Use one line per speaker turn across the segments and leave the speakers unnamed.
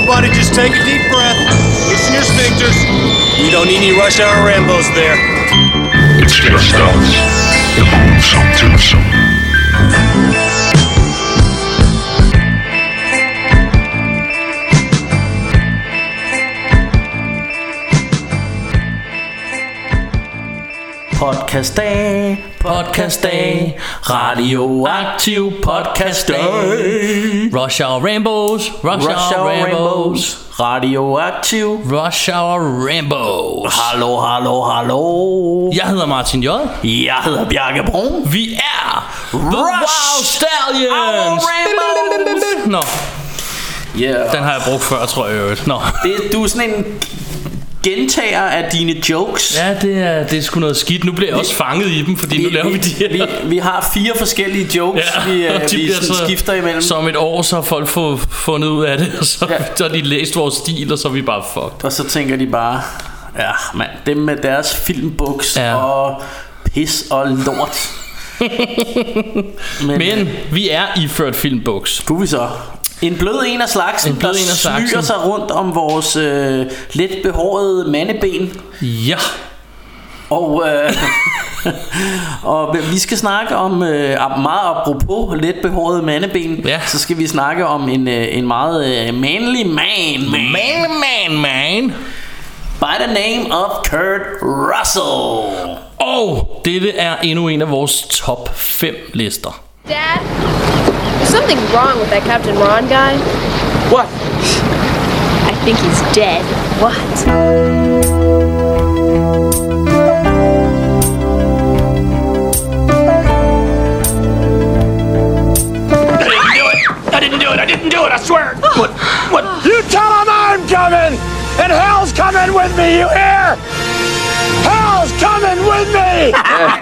Everybody just take a deep breath. Loosen your sphincters. We don't need any rush hour Rambos there.
It's just us. The gruesome twosome.
Podcast dag, radioaktiv podcast dag. Rush Hour Rambos,
radioaktiv,
Rush Hour Rambos.
Hallo.
Jeg hedder Martin J.
Jeg hedder Bjarke Brun.
Vi er The Wow Stallions. Nå,
Yeah.
den har jeg brugt før, tror jeg. Nå.
Du er sådan en gentager af dine jokes.
Ja, det er sgu noget skidt. Nu bliver jeg også fanget i dem, fordi nu laver vi de her.
Vi har 4 forskellige jokes, vi skifter imellem.
Som et år, så har folk fundet ud af det, og så har de læst vores stil, og så er vi bare fucked.
Og så tænker de bare, ja mand, dem med deres filmbuks og pis og lort.
Men vi er iført filmbuks.
Du vi så en blød en af slagsen, der smyger sig rundt om vores let behårede mandeben.
Ja.
Og vi skal snakke om meget apropos let behårede mandeben.
Ja.
Så skal vi snakke om en meget manly man by the name of Kurt Russell.
Og dette er endnu en af vores top 5 lister.
Dad, there's something wrong with that Captain Ron guy.
What?
I think he's dead. What?
I didn't do it, I swear. What? You tell him I'm coming, and hell's coming with me, you hear? Hell's coming with me!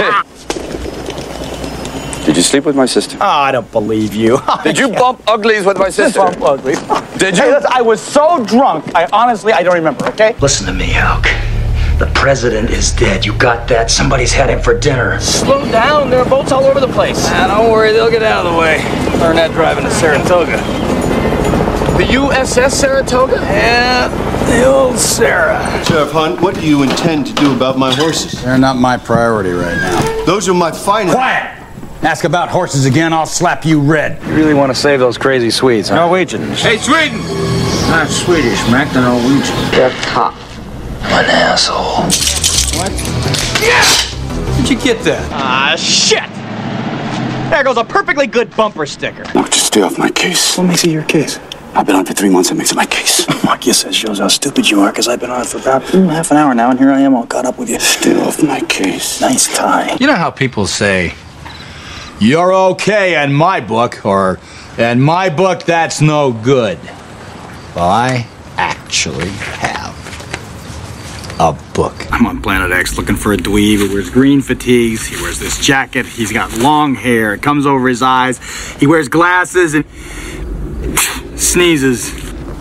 Did you sleep with my sister?
Oh, I don't believe you.
Did you bump uglies with my sister?
Bump ugly.
Did you?
Hey, listen, I was so drunk, I don't remember, okay?
Listen to me, Hulk. The president is dead. You got that? Somebody's had him for dinner.
Slow down, there are boats all over the place.
Don't worry, they'll get out of the way. Learn that driving to Saratoga.
The USS Saratoga?
Yeah, the old Sarah.
Sheriff Hunt, what do you intend to do about my horses?
They're not my priority right now.
Those are my finest.
Quiet! Ask about horses again, I'll slap you red.
You really want to save those crazy Swedes, huh?
Norwegians.
Hey, Sweden!
Not Swedish, Mac, the Norwegian.
They're tough. I'm an asshole.
What? Yeah! Where'd you get that?
Ah, shit! There goes a perfectly good bumper sticker.
No, just stay off my case.
What makes it your case?
I've been on for 3 months. That makes it my case.
I guess that shows how stupid you are, because I've been on for about half an hour now, and here I am all caught up with you.
Stay off my case.
Nice tie.
You know how people say, you're okay in my book, or in my book, that's no good. Well, I actually have a book.
I'm on Planet X looking for a dweeb who wears green fatigues. He wears this jacket. He's got long hair. It comes over his eyes. He wears glasses and sneezes.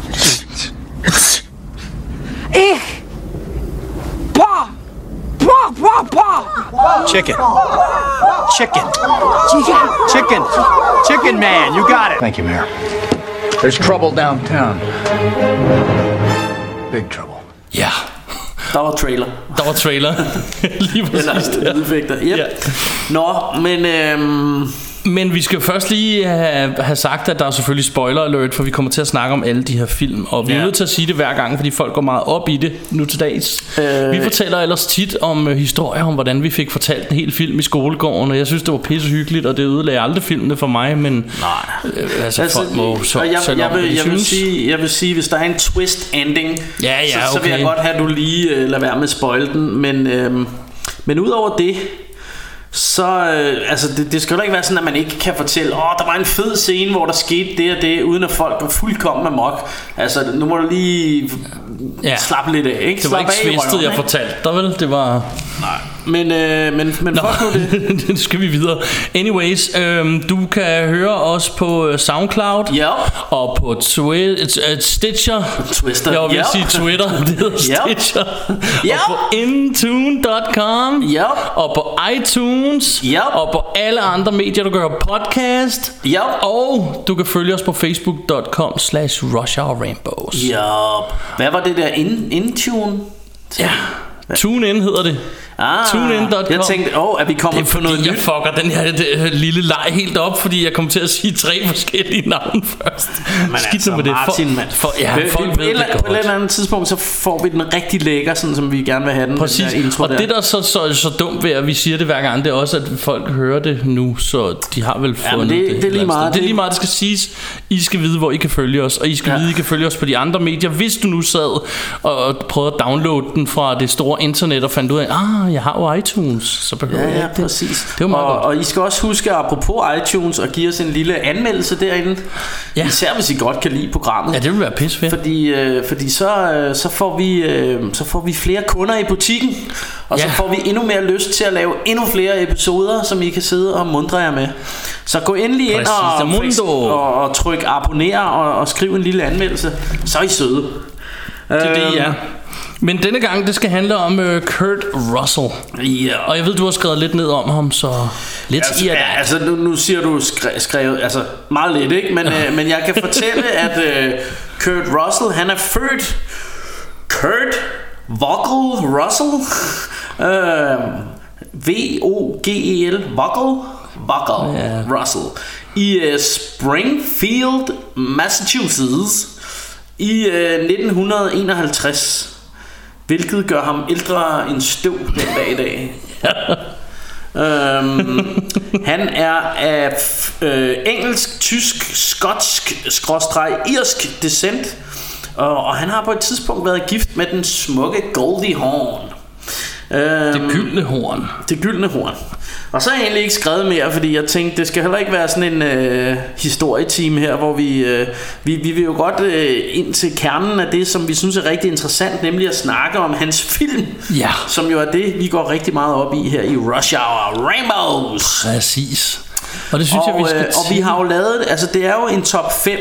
Chicken. Chicken man, you got it.
Thank you, Mayor. There's trouble downtown. Big trouble.
Ja.
Der var trailer.
Lige præcis.
Eller lydeffekter. Yep.
Ja.
Nå,
Men vi skal først lige have sagt, at der er selvfølgelig spoiler alert, for vi kommer til at snakke om alle de her film. Og vi er nødt til at sige det hver gang, fordi folk går meget op i det nu til dags. Vi fortæller ellers tit om historier om, hvordan vi fik fortalt en hel film i skolegården. Og jeg synes, det var pisse hyggeligt, og det ødelagde aldrig filmene for mig. Men altså folk må
jeg vil sige, hvis der er en twist ending, så vil jeg godt have, at du lige lader være med at spoil den. Men udover det, så altså det skal jo ikke være sådan, at man ikke kan fortælle, der var en fed scene, hvor der skete det og det, uden at folk går fuldkommen amok. Altså nu må du lige slappe lidt af, ikke?
Det var ikke svistet, jeg fortalte dig, vel? Det var
Men fuck nu det.
Det skal vi videre. Anyways, du kan høre os på SoundCloud.
Ja.
Og på Stitcher.
Twister.
Jeg vil sige Twitter. Det hedder Stitcher. Og på Intune.com.
Ja.
Og på iTunes.
Ja.
Og på alle andre medier, du kan høre podcast.
Ja.
Og du kan følge os på Facebook.com/RushHourRainbows.
Ja. Hvad var det der Intune?
Ja. TuneIn hedder det. TuneIn.com.
Jeg tænkte, at vi kommer på noget nyt.
Jeg fucker den her lille leg helt op, fordi jeg kommer til at sige 3 forskellige navne først.
Skidt altså, med det. Martin, folk ved det godt. På et eller andet tidspunkt, så får vi den rigtig lækker, sådan som vi gerne vil have den.
Præcis.
Den intro
og
der.
det der er så dumt ved, at vi siger det hver gang, det er også, at folk hører det nu, så de har vel fundet
det er lige meget.
Det er lige meget, det skal siges. I skal vide, hvor I kan følge os, og I skal vide, I kan følge os på de andre medier. Hvis du nu sad og prøvede at downloade den fra det store internet og fandt ud af, jeg har jo iTunes, så behøver jeg ikke det.
Præcis.
Det var
og I skal også huske, apropos iTunes, at give os en lille anmeldelse derinde. Ja. Især hvis I godt kan lide programmet.
Ja, det vil være pissefedt.
Fordi så får vi flere kunder i butikken, og så får vi endnu mere lyst til at lave endnu flere episoder, som I kan sidde og mundre jer med. Så gå endelig ind og tryk abonner og skriv en lille anmeldelse. Så er I søde.
Det er det, ja. Men denne gang, det skal handle om Kurt Russell.
Yeah.
Og jeg ved, du har skrevet lidt ned om ham, så lidt
nu siger du skrevet, altså meget lidt, ikke? Men jeg kan fortælle, at Kurt Russell, han er født Kurt Vogel Russell, V-O-G-E-L, Vogel Russell, i Springfield, Massachusetts, i 1951. Hvilket gør ham ældre end støv den dag i dag. Han er af engelsk, tysk, skotsk, irsk descent. Og han har på et tidspunkt været gift med den smukke Goldie Hawn.
Det gyldne horn.
Det gyldne horn. Og så har jeg egentlig ikke skrevet mere, fordi jeg tænkte, det skal heller ikke være sådan en historieteam her, hvor vi vil jo godt ind til kernen af det, som vi synes er rigtig interessant, nemlig at snakke om hans film, som jo er det, vi går rigtig meget op i her i Rush Hour Rainbows.
Præcis. Og det synes jeg, vi skal
og vi har jo lavet, altså det er jo en top 5.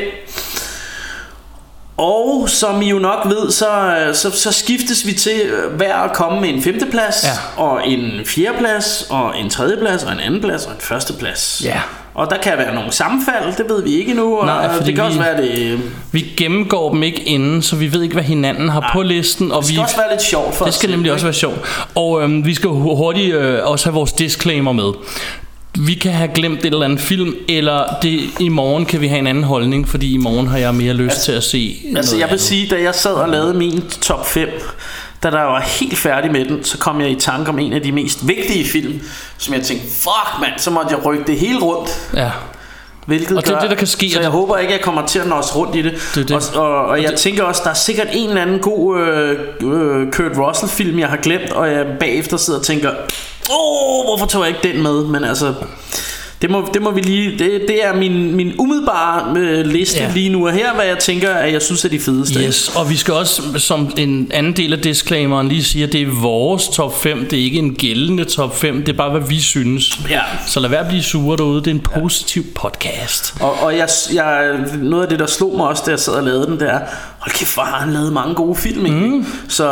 Og som I jo nok ved, så skiftes vi til hver at komme med en 5. plads, og en 4. plads, og en 3. plads, og en 2. plads, og en 1. plads.
Ja.
Og der kan være nogle sammenfald, det ved vi ikke endnu.
Nej,
det kan også være det.
Vi gennemgår dem ikke inden, så vi ved ikke, hvad hinanden har på listen. Og
det skal også være lidt sjovt for os.
Det skal nemlig også være sjovt. Og vi skal hurtigt også have vores disclaimer med. Vi kan have glemt et eller andet film, eller i morgen kan vi have en anden holdning, fordi i morgen har jeg mere lyst til at se
noget jeg vil sige, da jeg sad og lavede min top 5, da der var helt færdig med den, så kom jeg i tanke om en af de mest vigtige film, som jeg tænkte, fuck mand, så måtte jeg rykke det hele rundt.
Ja.
Hvilket
og det er det, der kan ske.
Så jeg håber ikke, jeg kommer til at nå os rundt i det. Og jeg tænker også, der er sikkert en eller anden god Kurt Russell film, jeg har glemt, og jeg bagefter sidder og tænker, hvorfor tog jeg ikke den med? Men altså, det må vi lige. Det er min umiddelbare liste lige nu. Og her hvad jeg tænker, at jeg synes er de fedeste.
Yes, og vi skal også som en anden del af disclaimeren lige sige, at det er vores top 5. Det er ikke en gældende top 5. Det er bare hvad vi synes.
Ja.
Så lad være at blive sure derude. Det er en positiv podcast.
Og jeg noget af det der slog mig også, da jeg sad og lavede den, der hold kæft, hvor har han lavet mange gode film.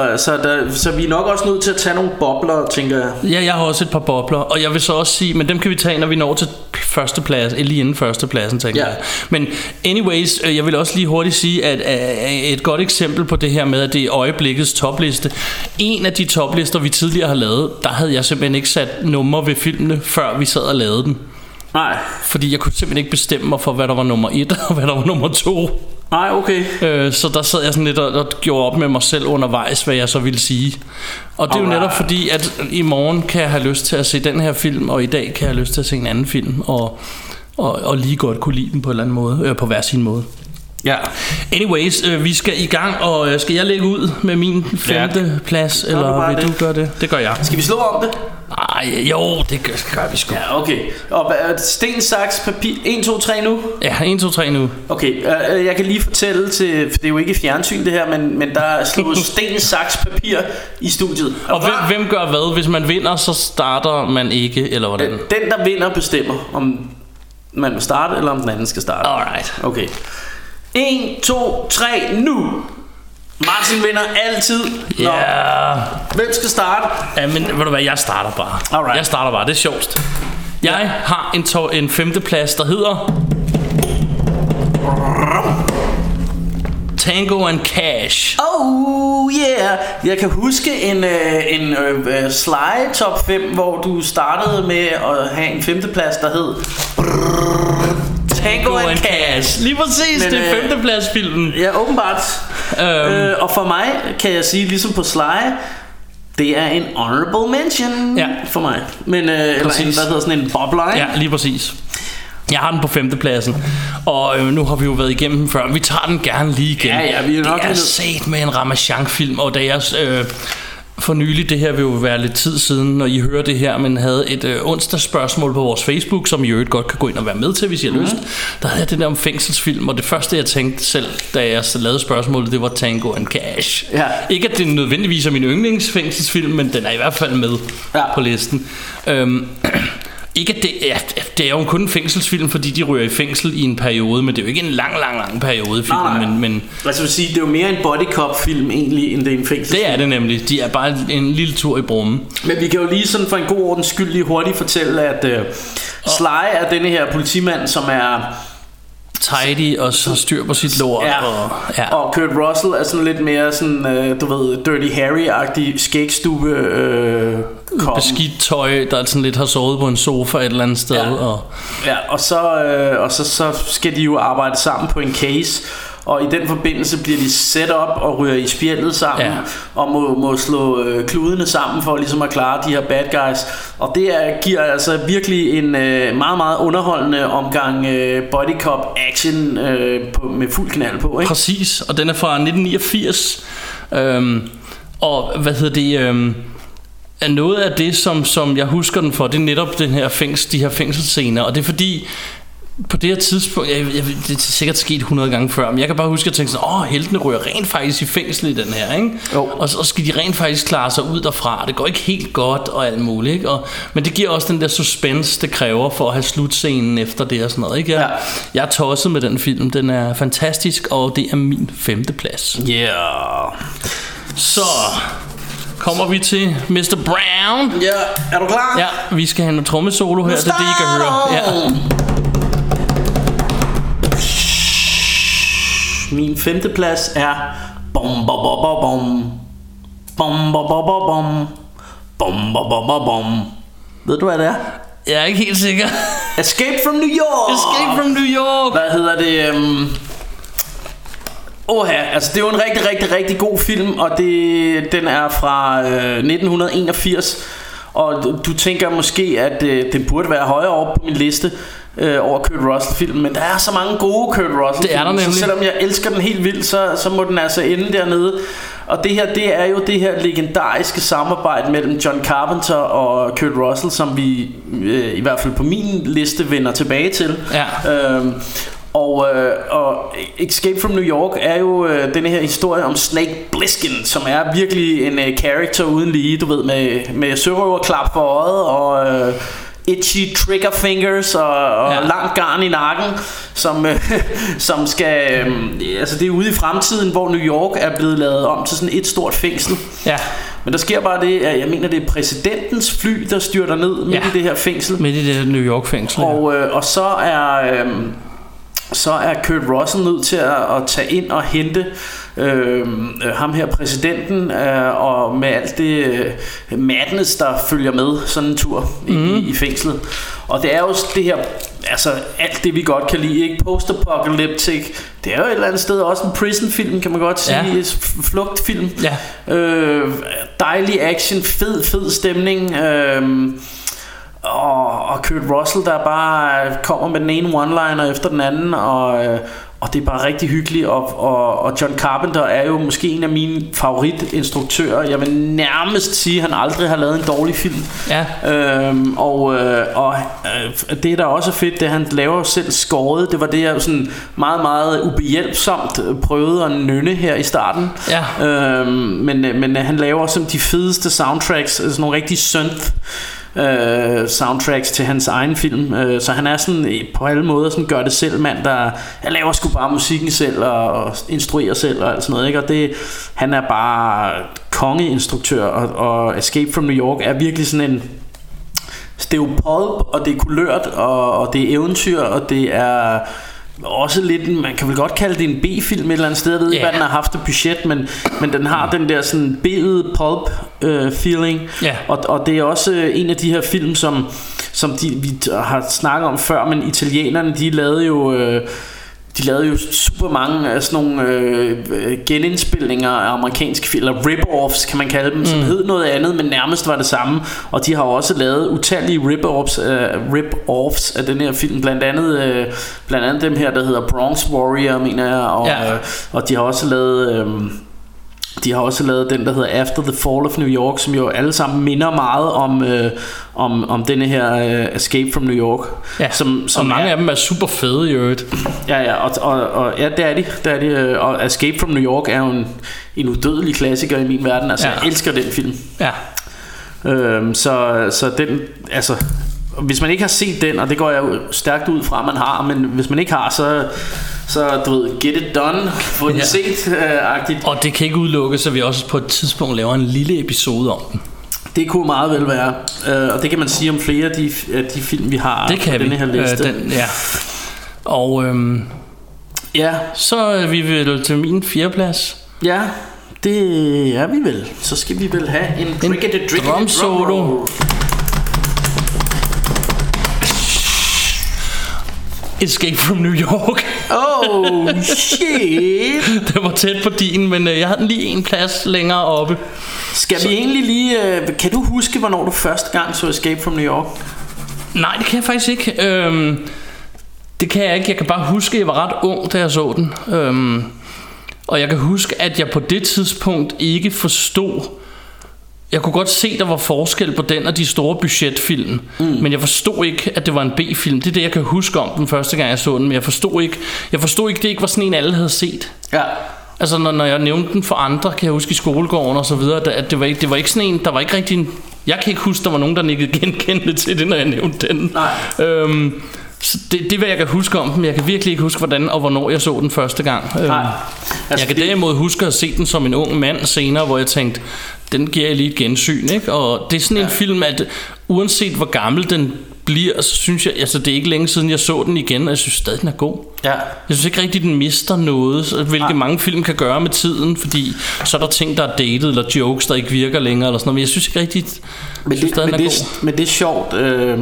Så vi er nok også nødt til at tage nogle bobler, tænker jeg.
Ja, jeg har også et par bobler. Og jeg vil så også sige, men dem kan vi tage, når vi når til førsteplads, eller lige inden førstepladsen, tænker jeg. Men anyways, jeg vil også lige hurtigt sige, at et godt eksempel på det her med, at det er øjeblikkets topliste. En af de toplister, vi tidligere har lavet, der havde jeg simpelthen ikke sat numre ved filmene, før vi sad og lavede den.
Nej.
Fordi jeg kunne simpelthen ikke bestemme mig for, hvad der var nummer 1 og hvad der var nummer 2.
Nej, okay.
Så der sad jeg sådan lidt og gjorde op med mig selv undervejs, hvad jeg så ville sige. Og det er jo netop fordi, at i morgen kan jeg have lyst til at se den her film, og i dag kan jeg have lyst til at se en anden film, og lige godt kunne lide den på en eller anden måde, på hver sin måde. Ja. Anyways, vi skal i gang, og skal jeg lægge ud med min 5. plads, eller vil du gøre det? Det gør jeg.
Skal vi slå om det?
Ej, jo, det gør vi sgu.
Ja, okay. Og sten, saks, papir. 1, 2, 3 nu?
Ja, 1, 2, 3 nu.
Okay, jeg kan lige fortælle til, for det er jo ikke fjernsyn det her, men der er slået sten, saks, papir i studiet.
Og hvem gør hvad? Hvis man vinder, så starter man ikke, eller hvordan?
Den, der vinder, bestemmer, om man vil starte, eller om den anden skal starte.
Alright.
Okay. 1, 2, 3, nu! Martin vinder altid.
Ja. Yeah.
Hvem skal starte?
Ja, men ved du hvad, jeg starter bare.
Alright.
Jeg starter bare, det er sjovest. Jeg har en femteplads, der hedder Tango and Cash.
Oh yeah. Jeg kan huske en Sly top 5, hvor du startede med at have en femteplads, der hed Tango and Cash.
Lige præcis, men, det er femtepladsfilmen.
Ja, åbenbart. Og for mig kan jeg sige, ligesom på Sly, det er en honorable mention for mig. Men eller en, hvad hedder sådan en bobler, ikke?
Ja, lige præcis. Jeg har den på femtepladsen. Og nu har vi jo været igennem den før. Vi tager den gerne lige igen.
Ja, vi er nok
det er set med en Ramachan-film. Og da jeg for nylig, det her vil jo være lidt tid siden, når I hører det her, men havde et onsdagsspørgsmål på vores Facebook, som I øvrigt godt kan gå ind og være med til, hvis I har lyst. Der havde jeg det der om fængselsfilm, og det første jeg tænkte selv, da jeg lavede spørgsmålet, det var Tango and Cash.
Ja.
Ikke at det nødvendigvis er min yndlingsfængselsfilm, men den er i hvert fald med på listen. Ikke at det er jo kun en fængselsfilm, fordi de ryger i fængsel i en periode, men det er jo ikke en lang periode film.
Nej.
Men
altså vil sige, det er jo mere en body cop film egentlig, end det er en fængselsfilm.
Det er det nemlig. De er bare en lille tur i brummen.
Men vi kan jo lige sådan for en god ordens skyld lige hurtigt fortælle, at Sly er denne her politimand, som er
tidy og så styr på sit lort.
Og Kurt Russell er sådan lidt mere sådan, du ved, Dirty Harry-agtig skægstube
beskidt tøj, der sådan lidt har sovet på en sofa et eller andet sted.
Og så skal de jo arbejde sammen på en case. Og i den forbindelse bliver de set op og ryger i spjældet sammen, og må slå kludene sammen for ligesom at klare de her bad guys. Og det giver altså virkelig en meget, meget underholdende omgang body cop action med fuld knald på, ikke?
Præcis, og den er fra 1989. Og hvad hedder det... er noget af det, som jeg husker den for, det er netop de her fængselsscener. Og det er fordi på det her tidspunkt, det er sikkert sket 100 gange før, men jeg kan bare huske at tænke sådan, heltene ryger rent faktisk i fængsel i den her, ikke? Og så skal de rent faktisk klare sig ud derfra. Det går ikke helt godt og alt muligt, ikke? Men det giver også den der suspense, det kræver for at have slutscenen efter det og sådan noget, ikke? Jeg er tosset med den film, den er fantastisk, og det er min femteplads. Så kommer vi til Mr. Brown.
Er du klar?
Ja, vi skal have en trommesolo her, det er det, I kan høre.
Min femteplads er bom bom bom bom bom bom bom bom bom bom bom. Ved du hvad det er?
Jeg er ikke helt sikker.
Escape from New York.
Escape from New York.
Hvad hedder det? Altså det er jo en rigtig god film, og den er fra 1981. Og du tænker måske, at den burde være højere oppe på min liste over Kurt Russell-film, men der er så mange gode Kurt Russell-film, så selvom jeg elsker den helt vildt, så må den altså ende dernede. Og det her, det er jo det her legendariske samarbejde mellem John Carpenter og Kurt Russell, som vi i hvert fald på min liste vender tilbage til. Og Escape from New York er jo denne her historie om Snake Plissken, som er virkelig en character uden lige, du ved, med sørøverklap for øjet og itchy trigger fingers og langt garn i nakken, som skal altså det er ude i fremtiden, hvor New York er blevet lavet om til sådan et stort fængsel. Men der sker bare det, at jeg mener, det er præsidentens fly, der styrter ned midt i det her fængsel.
Midt i det New York fængsel.
Og så er Kurt Russell nødt til at tage ind og hente ham her præsidenten, og med alt det madness, der følger med sådan en tur i fængslet. Og det er jo det her, altså alt det vi godt kan lide, ikke? Post-apocalyptic. Det er jo et eller andet sted også en prison-film, kan man godt sige. Flugtfilm. Dejlig action, fed stemning. Og Kurt Russell, der bare kommer med den ene one-liner efter den anden, Og det er bare rigtig hyggeligt, og John Carpenter er jo måske en af mine favoritinstruktører. Jeg vil nærmest sige, at han aldrig har lavet en dårlig film.
Ja.
Det der også er fedt, det han laver selv skåret. Det var det jeg sådan meget, meget ubehjælpsomt prøvede at nynne her i starten.
Ja.
Men han laver som de fedeste soundtracks, sådan nogle rigtig synth soundtracks til hans egen film, så han er sådan på alle måder sådan gør det selv mand, jeg laver sgu bare musikken selv og instruerer selv og alt sådan noget, ikke? Og det, han er bare kongeinstruktør, og Escape from New York er virkelig sådan en, det er jo pulp, og det er kulørt, og det er eventyr, og det er også lidt, man kan vel godt kalde det en B-film et eller andet sted. Jeg ved ikke, hvad den har haft et budget, men den har den der sådan B-ede pulp feeling. Og det er også en af de her film, som vi har snakket om før, men italienerne, de lavede jo super mange af sådan nogle genindspilninger af amerikanske film, eller rip-offs kan man kalde dem, som hed noget andet, men nærmest var det samme. Og de har også lavet utallige rip-offs af den her film, blandt andet dem her, der hedder Bronx Warrior, mener jeg, og de har også lavet den, der hedder After the Fall of New York, som jo alle sammen minder meget om denne her Escape from New York.
Ja, som mange af dem er super fede i øvrigt.
Ja, og ja, det er de. Og Escape from New York er jo en udødelig klassiker i min verden. Altså, jeg elsker den film.
Ja.
Så den, altså, hvis man ikke har set den, og det går jeg jo stærkt ud fra, at man har, men hvis man ikke har, så du ved, get it done, få den set-agtigt.
Og det kan ikke udelukkes, så vi også på et tidspunkt laver en lille episode om den.
Det kunne meget vel være, og det kan man sige om flere af de film, vi har
det kan
på denne her liste.
Og så er vi vel til min 4. plads.
Ja, det er vi vel. Så skal vi vel have en
drum solo. Escape from New York.
Oh shit.
Det var tæt på din, men jeg havde den lige en plads længere oppe.
Skal vi egentlig lige kan du huske, hvornår du første gang så Escape from New York?
Nej, det kan jeg faktisk ikke. Det kan jeg ikke. Jeg kan bare huske, at jeg var ret ung, da jeg så den. Og jeg kan huske, at jeg på det tidspunkt ikke forstod. Jeg kunne godt se, der var forskel på den og de store budgetfilm, men jeg forstod ikke, at det var en B-film. Det er det, jeg kan huske om den første gang, jeg så den, men jeg forstod ikke, det ikke var sådan en, alle havde set.
Ja.
Altså, når jeg nævnte den for andre, kan jeg huske i skolegården og så videre, at det var ikke sådan en, der var ikke rigtig en, jeg kan ikke huske, der var nogen, der nikkede genkendende til det, når jeg nævnte den.
Nej.
Så det er, hvad jeg kan huske om den, men jeg kan virkelig ikke huske, hvordan og hvornår jeg så den første gang.
Nej.
Altså, jeg kan derimod huske at have set den som en ung mand senere, hvor jeg tænkte, den giver jeg lige et gensyn, ikke? Og det er sådan en film, at uanset hvor gammel den bliver, så synes jeg, altså det er ikke længe siden jeg så den igen, og jeg synes stadig den er god.
Ja.
Jeg synes ikke rigtig den mister noget, hvilket mange film kan gøre med tiden, fordi så er der ting, der er dated, eller jokes, der ikke virker længere, eller sådan noget, men jeg synes ikke rigtig, men
det er sjovt.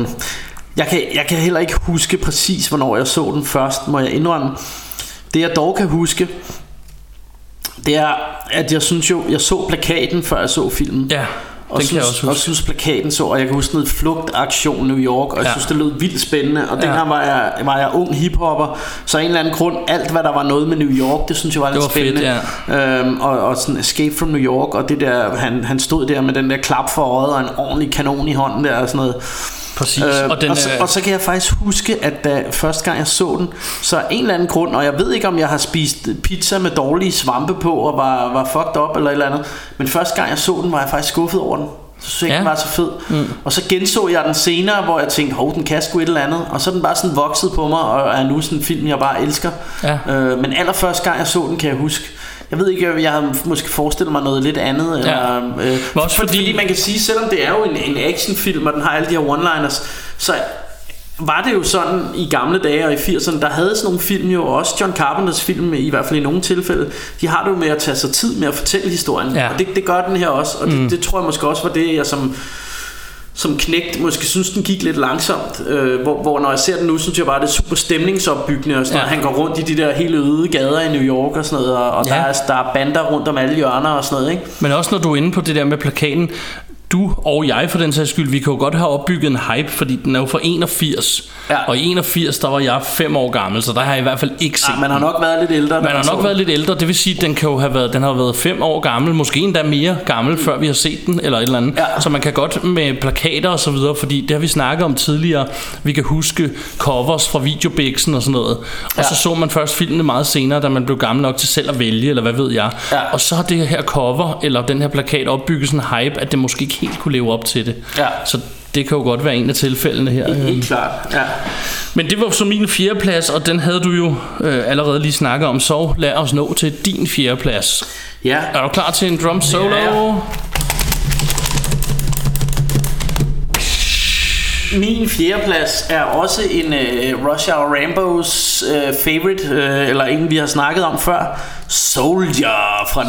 Jeg kan heller ikke huske præcis, hvornår jeg så den først, må jeg indrømme. Det jeg dog kan huske, det er, at jeg synes jo, jeg så plakaten, før jeg så filmen.
Ja,
og synes plakaten så, og jeg kan huske noget flugtaktion New York, og jeg synes det lød vildt spændende. Og dengang var jeg ung hiphopper, så af en eller anden grund, alt hvad der var noget med New York, det synes jeg var lidt spændende. Fedt, og sådan Escape from New York, og det der, han stod der med den der klap for øjet og en ordentlig kanon i hånden der og sådan noget.
Præcis.
Og så kan jeg faktisk huske, at da første gang jeg så den, så af en eller anden grund, og jeg ved ikke om jeg har spist pizza med dårlige svampe på og var fucked up eller et eller andet, men første gang jeg så den, var jeg faktisk skuffet over den. Så synes jeg ikke, den var så fed. Og så genså jeg den senere, hvor jeg tænkte, den kan sgu et eller andet. Og så er den bare sådan vokset på mig, og er nu sådan en film, jeg bare elsker. Men allerførste gang jeg så den, kan jeg huske, jeg ved ikke, jeg havde måske forestillet mig noget lidt andet. Eller,
også
fordi man kan sige, selvom det er jo en actionfilm, og den har alle de her one-liners, så var det jo sådan i gamle dage og i 80'erne, der havde sådan nogle film jo, også John Carpenters film, i hvert fald i nogle tilfælde, de har det jo med at tage sig tid med at fortælle historien. Og det gør den her også, og det tror jeg måske også var det, jeg som knægt måske synes den gik lidt langsomt, hvor når jeg ser den nu, synes jeg bare det er super stemningsopbyggende og sådan noget. Han går rundt i de der helt øde gader i New York og sådan noget, og der er bander rundt om alle hjørner og sådan noget, ikke?
Men også når du er inde på det der med plakaten, du og jeg for den sags skyld, vi kan jo godt have opbygget en hype, fordi den er jo fra 81. Og i 81, der var jeg 5 år gammel, så der har jeg i hvert fald ikke set.
Man har nok været lidt ældre.
Man har nok været lidt ældre, det vil sige, den kan jo have været, den har været 5 år gammel, måske endda mere gammel, før vi har set den, eller et eller andet. Så man kan godt med plakater og så videre, fordi det har vi snakket om tidligere. Vi kan huske covers fra videobiksen og sådan noget. Og så man først filmene meget senere, da man blev gammel nok til selv at vælge, eller hvad ved jeg. Og så har det her cover, eller den her plakat opbygget sådan en hype, at det måske ikke helt kunne leve op til det. Så det kan jo godt være en af tilfældene her.
Helt klart,
Men det var så min 4. plads, og den havde du jo allerede lige snakket om. Så lad os nå til din 4. plads. Er du klar til en drum solo?
Min 4. plads er også en Rush Hour Rambos favorite, eller en vi har snakket om før, Soldier fra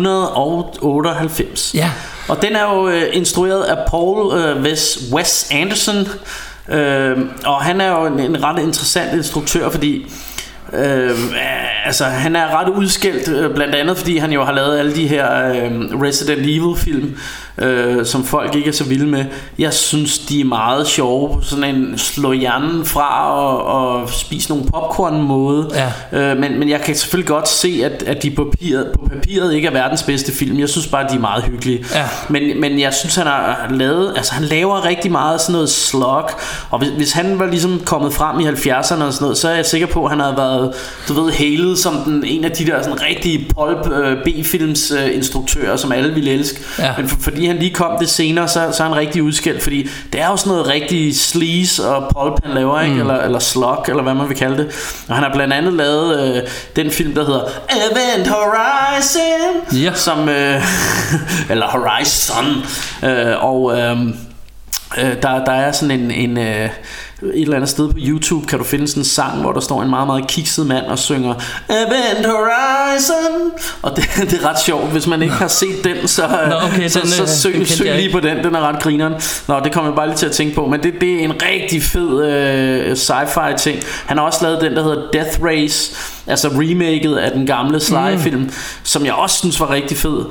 1998. Og den er jo instrueret af Paul Wes Anderson, og han er jo en ret interessant instruktør, fordi altså han er ret udskældt, blandt andet fordi han jo har lavet alle de her Resident Evil film, som folk ikke er så vilde med. Jeg synes de er meget sjove, sådan en slå hjernen fra og spise nogle popcorn måde. Men jeg kan selvfølgelig godt se at de på papiret ikke er verdens bedste film. Jeg synes bare de er meget hyggelige. Men jeg synes han har lavet, altså han laver rigtig meget sådan noget slug. Og hvis han var ligesom kommet frem i 70'erne og sådan noget, så er jeg sikker på at han havde været, du ved, halet som en af de der sådan rigtige pulp B-films instruktører, som alle ville elske. Men fordi han lige kom det senere, så er han rigtig udskældt, fordi det er jo sådan noget rigtig sleaze og pulp han laver, ikke? Eller slug, eller hvad man vil kalde det. Og han har blandt andet lavet den film der hedder Event Horizon, som eller Horizon, og der er sådan en et eller andet sted på YouTube kan du finde sådan en sang, hvor der står en meget, meget kikset mand og synger Event Horizon. Og det er ret sjovt. Hvis man ikke har set den, så søg lige på den. Den er ret grineren. Det kommer jeg bare lige til at tænke på. Men det er en rigtig fed sci-fi ting. Han har også lavet den, der hedder Death Race, altså remaket af den gamle Sly-film, som jeg også synes var rigtig fed.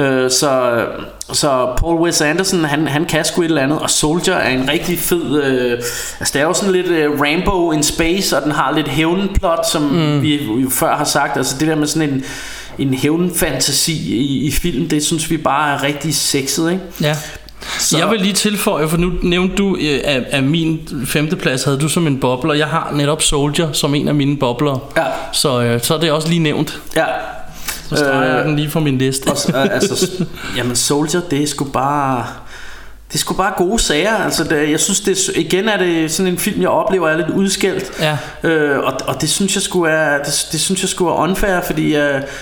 Så Paul Wes Anderson, han kan sgu et eller andet. Og Soldier er en rigtig fed altså det er jo sådan lidt Rambo in space, og den har lidt hævnplot, som vi jo før har sagt. Altså det der med sådan en hævnfantasi i film, det synes vi bare er rigtig sexet, ikke? Så. Jeg
vil lige tilføje, for nu nævnte du af min 5. plads havde du som en bobler. Jeg har netop Soldier som en af mine bobler. Så er det også lige nævnt. Så streger jeg den lige fra min liste.
Jamen Soldier, det er sgu bare gode sager. Altså jeg synes igen er det sådan en film jeg oplever er lidt udskældt. Og det synes jeg sgu er unfair, fordi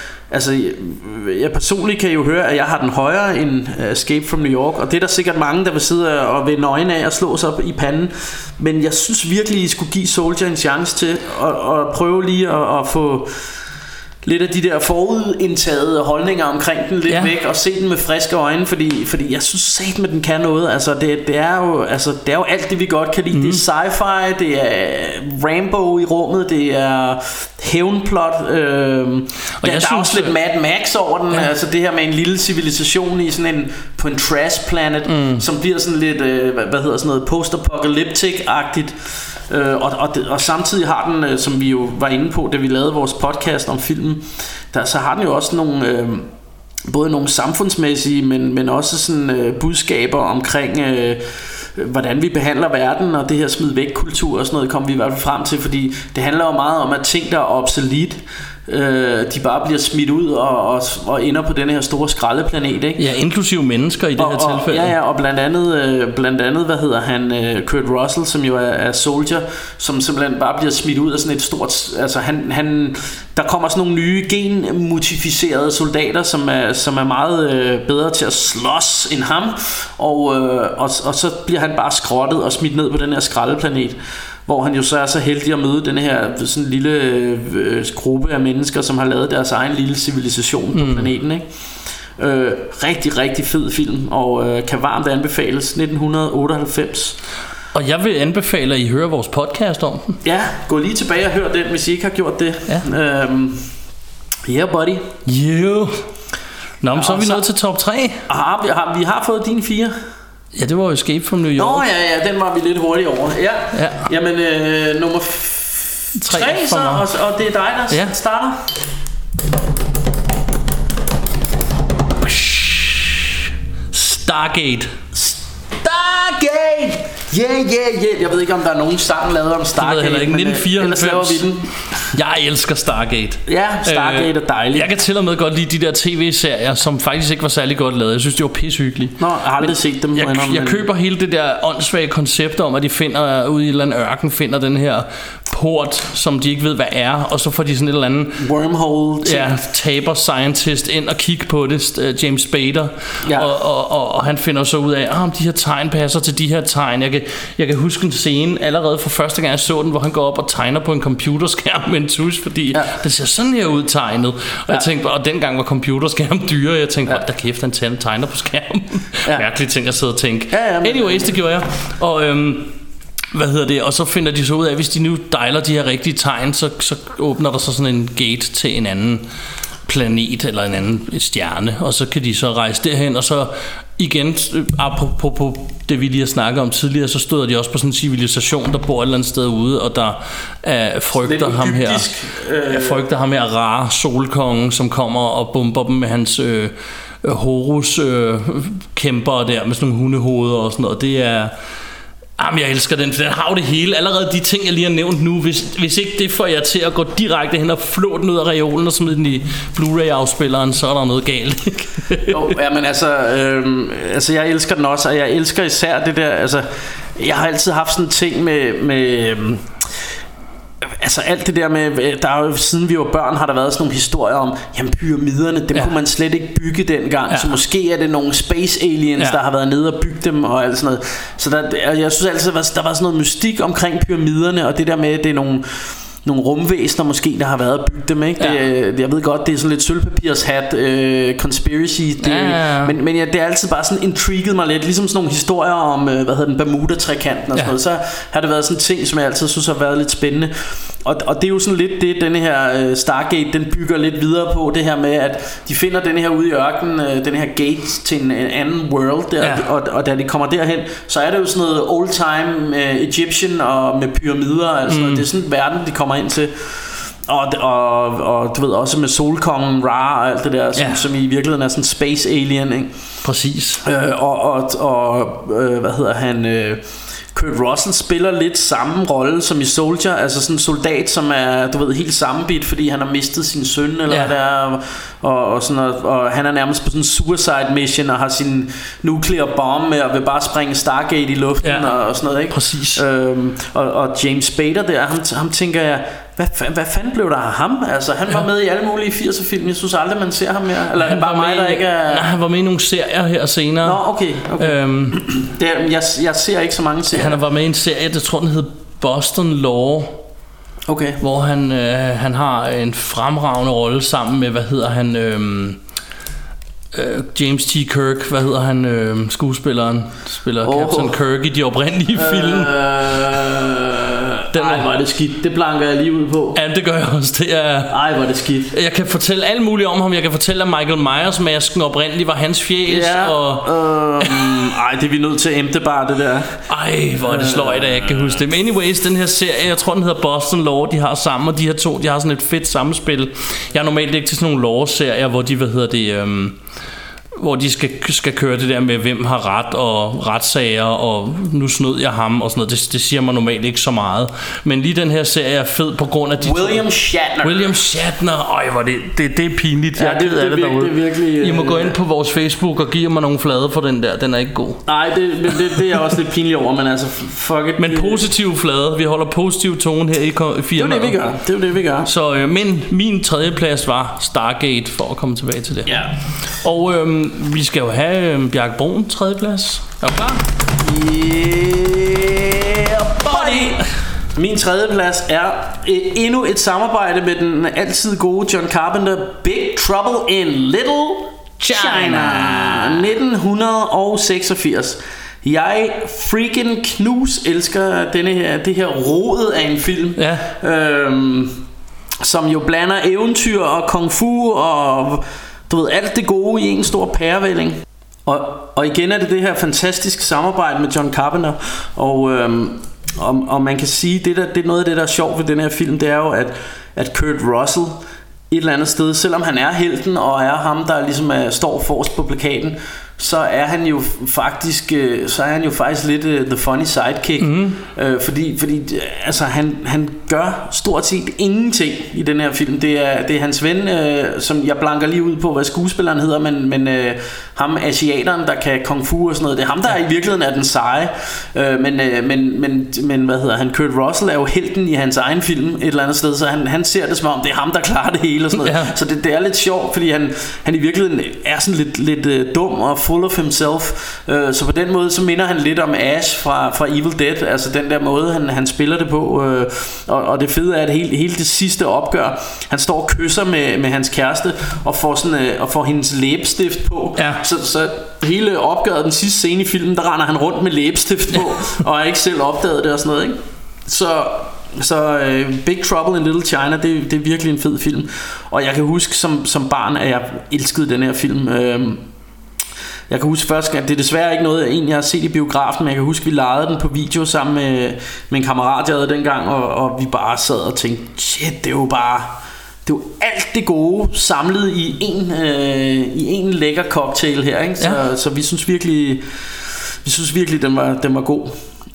jeg personligt kan jo høre at jeg har den højere end Escape from New York, og det er der sikkert mange der vil sidde og vende øjnene af og slå sig op i panden. Men jeg synes virkelig I skulle give Soldier en chance til at prøve lige at få lidt af de der forudindtagede holdninger omkring den lidt væk, og se den med friske øjne, fordi jeg synes satme den kan noget. Altså det er jo alt det vi godt kan lide. Det er sci-fi, det er Rambo i rummet, det er hævnplot, og der er også lidt Mad Max over den. Altså det her med en lille civilisation i sådan på en trash planet, som bliver sådan lidt post-apocalyptic-agtigt. Og samtidig har den, som vi jo var inde på, da vi lavede vores podcast om filmen, så har den jo også nogle både nogle samfundsmæssige, men også sådan budskaber omkring hvordan vi behandler verden, og det her smid væk kultur og sådan noget kom vi i hvert fald frem til, fordi det handler jo meget om at ting der er obsolet, de bare bliver smidt ud og ender på den her store skraldeplanet, ikke?
Ja, inklusive mennesker i det her tilfælde.
Ja, og blandt andet hvad hedder han, Kurt Russell, som jo er Soldier, som simpelthen bare bliver smidt ud af sådan et stort, altså han der kommer sådan nogle nye genmodificerede soldater, som er meget bedre til at slås end ham, og så bliver han bare skrottet og smidt ned på den her skraldeplanet, hvor han jo så er så heldig at møde den her sådan lille gruppe af mennesker, som har lavet deres egen lille civilisation på planeten, ikke? Rigtig, rigtig fed film, og kan varmt anbefales. 1998.
Og jeg vil anbefale, at I hører vores podcast om den.
Ja, gå lige tilbage og hør den, hvis I ikke har gjort det. Yeah, buddy.
Yeah. Nå, men så er vi nået til top 3.
Vi har fået dine 4.
Ja, det var jo Escape from New York.
Nå ja, den var vi lidt hurtigt over. Ja. Jamen, nummer 3 så, og det er dig, der starter.
Stargate.
Yeah. Jeg ved ikke, om der er nogen sang lavet om Stargate.
Det ved heller ikke. 1994.
Vi den.
Jeg elsker Stargate.
Ja, Stargate er dejligt.
Jeg kan til og med godt lide de der tv-serier, som faktisk ikke var særlig godt lavet. Jeg synes, de var pissehyggelige.
Nå, jeg har aldrig set dem.
Jeg køber hele det der åndssvage koncept om, at de finder ude i et eller andet ørken, finder den her port, som de ikke ved, hvad er. Og så får de sådan et eller andet
wormhole ting.
Ja, taber scientist ind og kigge på det, James Spader. Ja. Og han finder så ud af, om de her tegn passer til de her tegn. Jeg kan huske en scene allerede fra første gang jeg så den, hvor han går op og tegner på en computerskærm med en tusch, fordi det ser sådan her ud tegnet. Og jeg tænkte, og dengang var computerskærm dyre. Jeg tænkte, der kæft, han tegner på skærmen. Mærkelige ting at sidde og tænke. Anyways, det gjorde jeg. Og og så finder de så ud af, hvis de nu dejler de her rigtige tegn, så åbner der så sådan en gate til en anden planet eller en anden stjerne, og så kan de så rejse derhen, og så igen, apropos det vi lige har snakket om tidligere, så støder de også på sådan en civilisation, der bor et eller andet sted ude, og der frygter ham her rare solkongen, som kommer og bomber dem med hans Horus kæmper der med sådan nogle hundehoveder og sådan noget. Det er Jamen, jeg elsker den, for den har jo det hele. Allerede de ting, jeg lige har nævnt nu, hvis ikke det får jer til at gå direkte hen og flå den ud af reolen og smide den i Blu-ray-afspilleren, så er der noget galt.
Jo, ja, men altså, jeg elsker den også, og jeg elsker især det der, altså, jeg har altid haft sådan en ting med altså alt det der med, der er jo, siden vi var børn, har der været sådan nogle historier om, jamen pyramiderne, dem kunne man slet ikke bygge dengang, så måske er det nogle space aliens, der har været nede og bygge dem og alt sådan noget. Så jeg synes altid, der var sådan noget mystik omkring pyramiderne, og det der med, at det er nogle rumvæsener måske, der har været at bygge dem, ikke? Jeg ved godt, det er sådan lidt sølvpapirshat conspiracy men det er altid bare sådan intrigued mig lidt, ligesom sådan nogle historier om den Bermuda-trekanten og sådan noget. Så har det været sådan ting, som jeg altid synes har været lidt spændende, og det er jo sådan lidt det, denne her Stargate, den bygger lidt videre på, det her med, at de finder denne her ude i ørkenen, den her gate til en anden world der, og da de kommer derhen, så er det jo sådan noget old time Egyptian og med pyramider, altså det er sådan en verden, de kommer ind til. Og du ved også med solkongen Ra og alt det der, som i virkeligheden er sådan en space alien, ikke?
Præcis.
Kurt Russell spiller lidt samme rolle som i Soldier, altså sådan en soldat, som er, du ved, helt sammenbit, fordi han har mistet sin søn eller hvad der, og han er nærmest på sådan en suicide mission og har sin nuclear bomb med og vil bare springe Stargate i luften og sådan noget, ikke?
Præcis.
Og James Spader der, ham tænker jeg, hvad fanden blev der af ham? Altså, han var med i alle mulige 80'er film. Jeg synes aldrig, man ser ham mere. Eller er det bare mig, der ikke er...
Nej, han var med i nogle serier her senere.
Nå, okay. Jeg ser ikke så mange serier.
Han var med i en serie, jeg tror den hed Boston Law.
Okay.
Hvor han har en fremragende rolle sammen med, James T. Kirk, skuespilleren, spiller Captain Kirk i de oprindelige film.
Ej, hvor er det skidt. Det blanker jeg lige ud på.
Ja, det gør jeg også.
Ej, hvor er det skidt.
Jeg kan fortælle alt muligt om ham. Jeg kan fortælle, at Michael Myers masken oprindeligt var hans fjæs.
Ej, det er vi nødt til at æmte bare det der.
Ej, hvor er det sløjt, at jeg ikke kan huske det. Men anyways, den her serie, jeg tror den hedder Boston Law, de har sammen, og de her to, de har sådan et fedt samspil. Jeg er normalt ikke til sådan nogle law-serier, hvor de, hvor de skal køre det der med hvem har ret og retssager, og nu snød jeg ham og sådan noget. Det siger man normalt ikke så meget. Men lige den her serie er fed på grund af William Shatner. Øj, hvor det er pinligt. Jeg ked af det derude.
Virkelig,
I må gå ind på vores Facebook og give mig nogle flade for den der. Den er ikke god.
Nej, det er også lidt pinligt over, men altså fuck it.
Men positiv flade. Vi holder positiv tone her i firmaet.
Det er jo det vi gør.
Så men min tredje plads var Stargate, for at komme tilbage til det.
Ja.
Og vi skal jo have Bjarke Brun tredje plads. Er du klar?
Yeah, buddy! Min tredje plads er endnu et samarbejde med den altid gode John Carpenter, Big Trouble in Little China, 1986. Jeg freaking elsker det her rodet af en film, som jo blander eventyr og kung fu og du ved alt det gode i en stor pærevælling. Og igen er det her fantastiske samarbejde med John Carpenter. Og man kan sige, det er noget af det, der er sjovt ved den her film, det er jo, at Kurt Russell et eller andet sted, selvom han er helten og er ham, der ligesom står forrest på plakaten, så er han jo faktisk lidt the funny sidekick, fordi altså han gør stort set ingenting i den her film. Det er hans ven, som jeg blanker lige ud på, hvad skuespilleren hedder, men ham asiateren, der kan kung fu og sådan noget, det er ham, der i virkeligheden er den seje. Men hvad hedder han? Kurt Russell er jo helten i hans egen film et eller andet sted, så han ser det som om det er ham, der klarer det hele og sådan noget. Så det er lidt sjovt, fordi han i virkeligheden er sådan lidt dum og full of himself, så på den måde så minder han lidt om Ash fra Evil Dead, altså den der måde han spiller det på, og det fede er at hele det sidste opgør, han står og kysser med hans kæreste og får hendes læbestift på, så hele opgøret, den sidste scene i filmen, der render han rundt med læbestift på og har ikke selv opdaget det og sådan noget, ikke? Så Big Trouble in Little China, det er virkelig en fed film. Og jeg kan huske som barn, at jeg elskede den her film. Jeg kan huske først, at det er desværre ikke noget jeg har set i biografen, men jeg kan huske, at vi legede den på video sammen med en kammerat, jeg havde dengang, og vi bare sad og tænkte, shit, det er jo alt det gode samlet i en lækker cocktail her, ikke? Så vi synes virkelig den var god.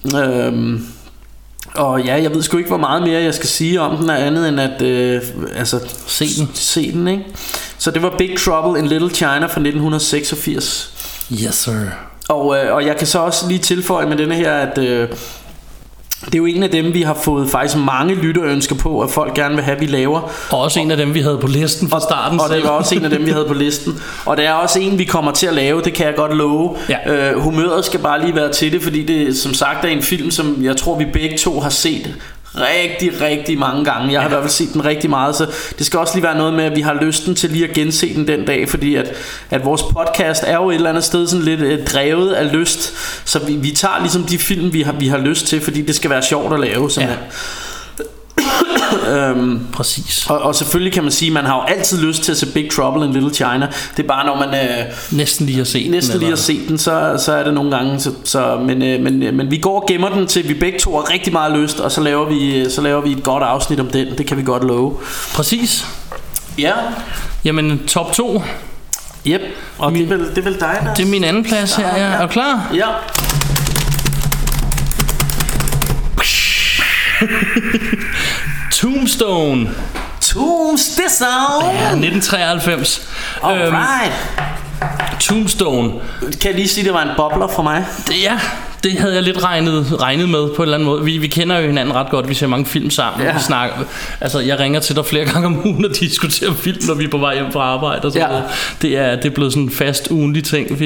Og ja, jeg ved sgu ikke hvor meget mere jeg skal sige om den, andet end at se den, ikke? Så det var Big Trouble in Little China fra 1986.
Yes sir.
Og jeg kan så også lige tilføje med denne her, at det er jo en af dem, vi har fået faktisk mange lytterønsker på, at folk gerne vil have, vi laver.
Og også en af dem, vi havde på listen fra starten.
Og det var også en af dem, vi havde på listen. Og det er også en, vi kommer til at lave, det kan jeg godt love. Humøret skal bare lige være til det, fordi det som sagt er en film, som jeg tror, vi begge to har set rigtig mange gange. Jeg har i hvert fald set den rigtig meget, så det skal også lige være noget med, at vi har lysten til lige at gense den dag, fordi at vores podcast er jo et eller andet sted sådan lidt drevet af lyst, så vi tager ligesom de film, vi har lyst til, fordi det skal være sjovt at lave simpelthen.
Præcis.
Og selvfølgelig kan man sige, man har jo altid lyst til at se Big Trouble in Little China. Det er bare når man
næsten lige har set
den, så er det nogle gange men vi går og gemmer den til vi begge to har rigtig meget lyst, og så laver vi et godt afsnit om den. Det kan vi godt love.
Præcis.
Ja.
Jamen top 2.
Yep. Og det er vel dig der.
Det er min anden plads her. Ja. Er du klar?
Ja.
Tombstone.
Ja,
1993.
Alright.
Tombstone.
Kan jeg lige sige, det var en bobler for mig?
Det havde jeg lidt regnet med på en eller anden måde. Vi kender jo hinanden ret godt. Vi ser mange film sammen. Vi snakker. Altså, jeg ringer til dig flere gange om ugen og diskuterer film, når vi er på vej hjem fra arbejde og sådan noget. Det er blevet sådan en fast ugentlig ting.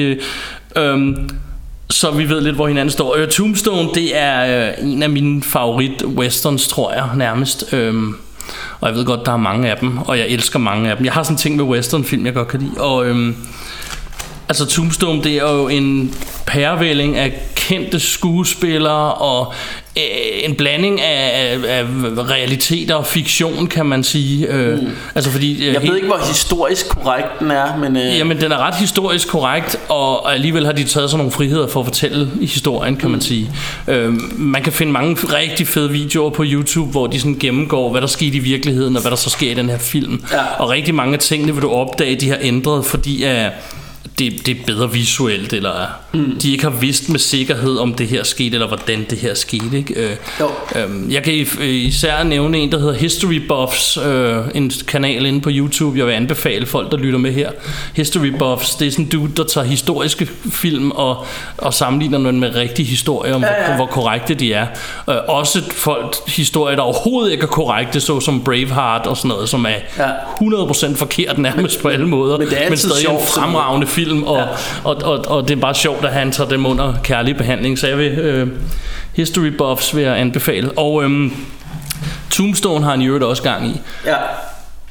Så vi ved lidt, hvor hinanden står. Tombstone, det er en af mine favorit westerns, tror jeg nærmest. Og jeg ved godt, der er mange af dem, og jeg elsker mange af dem. Jeg har sådan en ting med westernfilm, jeg godt kan lide. Og altså Tombstone, det er jo en pærevælling af kendte skuespillere og en blanding af realiteter og fiktion, kan man sige. Altså fordi
jeg ved ikke, hvor historisk korrekt den er, men
jamen den er ret historisk korrekt, og alligevel har de taget sådan nogle friheder for at fortælle historien, kan man sige. Man kan finde mange rigtig fede videoer på YouTube, hvor de sådan gennemgår, hvad der skete i virkeligheden og hvad der så sker i den her film. Og rigtig mange af tingene vil du opdage, de har ændret, fordi det er bedre visuelt, eller de ikke har vidst med sikkerhed, om det her skete, eller hvordan det her skete, ikke? Jeg kan især nævne en, der hedder History Buffs, en kanal inde på YouTube, jeg vil anbefale folk, der lytter med her. History Buffs, det er sådan en dude, der tager historiske film og sammenligner dem med rigtige historier om, hvor korrekte de er. Også historier, der overhovedet ikke er korrekte, så som Braveheart og sådan noget, som er 100% forkert nærmest på alle måder, men stadig en fremragende film. Og det er bare sjovt, at han tager dem under kærlig behandling. Så jeg vil History Buffs vil jeg anbefale. Og Tombstone har han i øvrigt også gang i.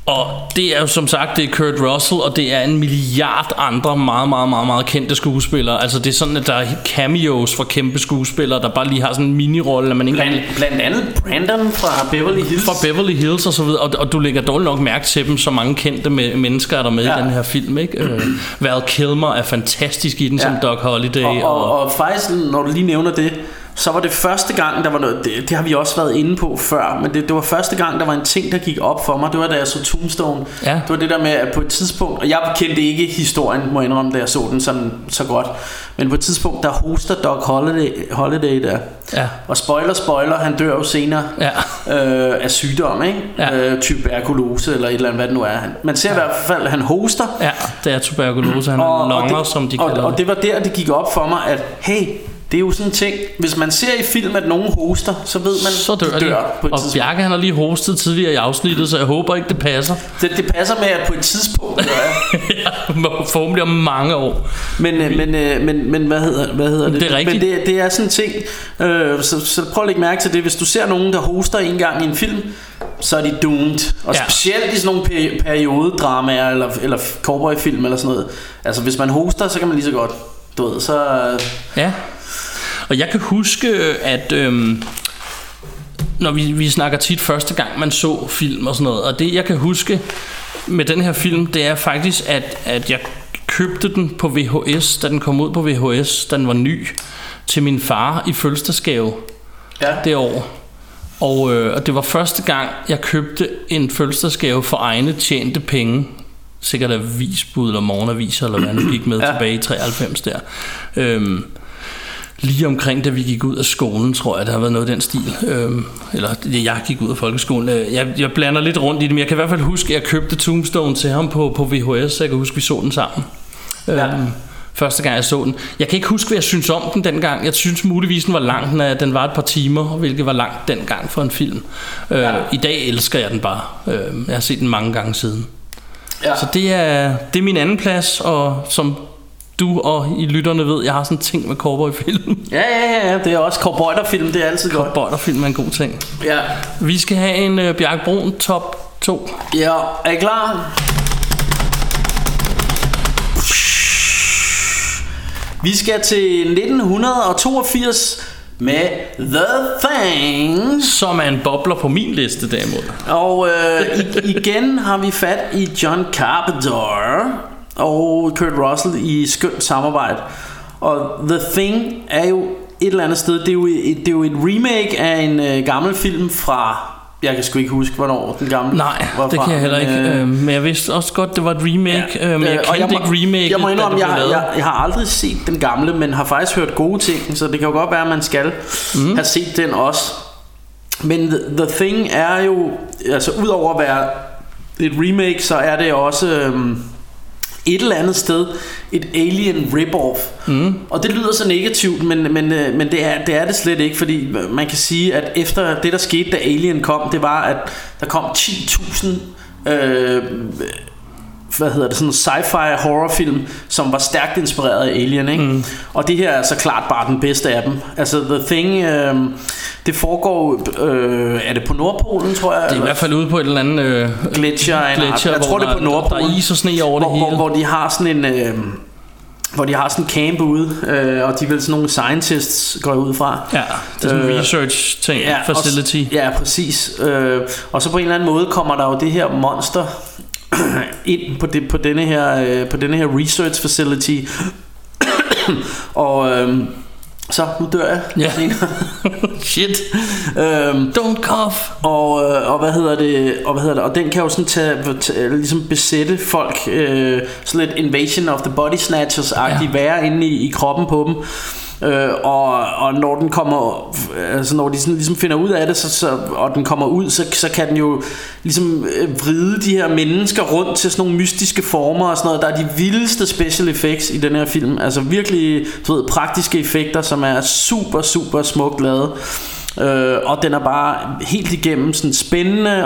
Og det er jo som sagt, det er Kurt Russell, og det er en milliard andre meget kendte skuespillere. Altså det er sådan, at der er cameos fra kæmpe skuespillere, der bare lige har sådan en mini-rolle, man ikke
blandt andet Brandon fra Beverly Hills.
Fra Beverly Hills og så videre, og du lægger dårligt nok mærke til dem, så mange kendte mennesker er der med i den her film, ikke? Val Kilmer er fantastisk i den som Doc Holliday.
Og faktisk, når du lige nævner det, så var det første gang, der var noget, det har vi også været inde på før, men det var første gang, der var en ting, der gik op for mig. Det var da jeg så Tombstone. Det var det der med, at på et tidspunkt, og jeg kendte ikke historien, må jeg indrømme, da jeg så den sådan så godt, men på et tidspunkt, der hoster Doc Holliday der. Og spoiler, han dør jo senere af sygdom, ikke? Tuberkulose eller et eller andet, hvad det nu er. Man ser i hvert fald, at han hoster.
Ja, det er tuberkulose, han har lunger, som de kalder det.
Og det var der, det gik op for mig, at hey, det er jo sådan en ting. Hvis man ser i film, at nogen hoster, så ved man,
så dør
de på et
og
tidspunkt.
Bjarke, han har lige hostet tidligere i afsnittet, så jeg håber ikke, det passer.
Det passer med, at på et tidspunkt
forhåbentlig om mange år.
Men hvad hedder det?
Det er rigtigt.
Men det er sådan en ting. Så prøv at lægge mærke til det. Hvis du ser nogen, der hoster en gang i en film, så er de doomed. Og specielt i sådan nogle periodedramaer eller cowboyfilm eller sådan noget. Altså hvis man hoster, så kan man lige så godt, du ved, så
ja. Og jeg kan huske, at når vi snakker tit første gang man så film og sådan noget, og det jeg kan huske med den her film, det er faktisk, at jeg købte den på VHS, da den kom ud på VHS, da den var ny, til min far i fødselsdagsgave det år. Og det var første gang, jeg købte en fødselsdagsgave for egne tjente penge. Sikkert avisbud eller morgenaviser, eller hvad nu gik med tilbage i 93 der. Lige omkring da vi gik ud af skolen, tror jeg, der har været noget i den stil. Eller jeg gik ud af folkeskolen. Jeg blander lidt rundt i det, men jeg kan i hvert fald huske, at jeg købte Tombstone til ham på VHS, så jeg kan huske, at vi så den sammen. Første gang jeg så den. Jeg kan ikke huske, hvad jeg synes om den dengang. Jeg synes muligvis den var lang. Den var et par timer, hvilket var langt dengang for en film. I dag elsker jeg den bare. Jeg har set den mange gange siden. Så det er min anden plads, og som du og I lytterne ved, jeg har sådan en ting med cowboyfilm.
Ja, det er også cowboyderfilm, det er altid godt.
Cowboyderfilm er en god ting.
Ja.
Vi skal have en Bjarke Brun top 2.
Ja, er I klar? Vi skal til 1982 med The Thing,
som er en bobler på min liste derimod.
Og igen har vi fat i John Carpenter og Kurt Russell i skønt samarbejde. Og The Thing er jo et eller andet sted, det er jo et remake af en gammel film fra, jeg kan sgu ikke huske hvornår den gamle var fra.
Det kan jeg heller ikke, men jeg vidste også godt det var et remake, men jeg kendte ikke remake.
Jeg må indrømme, jeg har aldrig set den gamle, men har faktisk hørt gode ting, så det kan jo godt være at man skal have set den også. Men The Thing er jo, altså udover at være et remake, så er det også et eller andet sted et Alien rip-off. Og det lyder så negativt, men det er det slet ikke, fordi man kan sige, at efter det der skete, da Alien kom, det var, at der kom 10.000 sådan en sci-fi horrorfilm, som var stærkt inspireret af Alien, ikke? Og det her er så klart bare den bedste af dem. Altså The Thing, det foregår er det på Nordpolen, tror jeg?
Det er i hvert fald ude på et eller andet
gletsjer, jeg tror det er på Nordpolen.
Der er is og sne over det hele.
Hvor de har sådan en hvor de har sådan en camp ude, og de er vel sådan nogle scientists, går jeg ud fra.
Ja, det er sådan en research ting, facility.
Ja, præcis. Og så på en eller anden måde kommer der jo det her monster ind på denne her research facility. Og så nu dør jeg.
Ja. Shit. Don't cough.
Og hvad hedder det? Og den kan jo sådan ligesom besætte folk, sådan lidt Invasion of the Body Snatchers-agtigt, være inde i kroppen på dem. Og når den kommer, altså når de sådan ligesom finder ud af det, og den kommer ud, så kan den jo ligesom vride de her mennesker rundt til sådan nogle mystiske former og sådan noget. Der er de vildeste special effects i den her film, altså virkelig, du ved, praktiske effekter, som er super super smukt lavet, og den er bare helt igennem sådan spændende,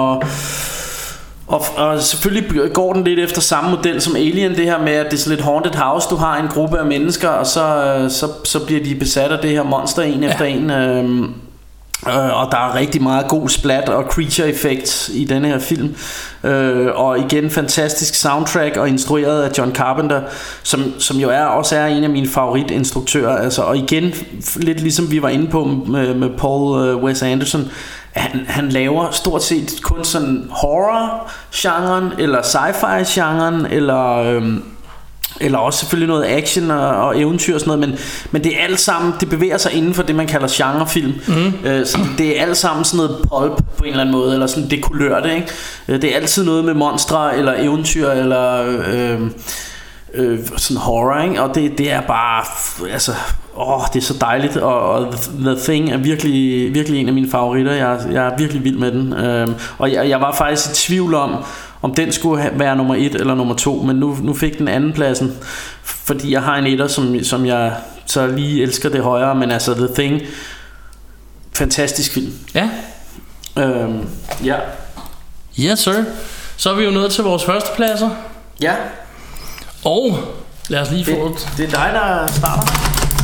og selvfølgelig går den lidt efter samme model som Alien, det her med at det er sådan lidt haunted house. Du har en gruppe af mennesker, og så bliver de besat af det her monster en efter en. Og der er rigtig meget god splat og creature effects i denne her film. Og igen fantastisk soundtrack og instrueret af John Carpenter, som jo også er en af mine favoritinstruktører. Altså, og igen lidt ligesom vi var inde på med Paul Wes Anderson, han laver stort set kun sådan horror-genren eller sci-fi-genren eller også selvfølgelig noget action og eventyr og sådan noget, men det er alt sammen, det bevæger sig inden for det man kalder genrefilm. Så det er alt sammen sådan noget pulp på en eller anden måde, eller sådan det kulørte, ikke? Det er altid noget med monstre eller eventyr eller sådan horror, ikke? Og det er bare altså det er så dejligt, og The Thing er virkelig, virkelig en af mine favoritter. Jeg er virkelig vild med den. Og jeg var faktisk i tvivl om den skulle være nummer 1 eller nummer 2, men nu fik den anden pladsen, fordi jeg har en etter, som jeg så lige elsker det højere, men altså The Thing, fantastisk film.
Ja.
Ja.
Yes sir. Så er vi jo nået til vores første pladser.
Ja.
Og lad os lige få
det er dig der starter.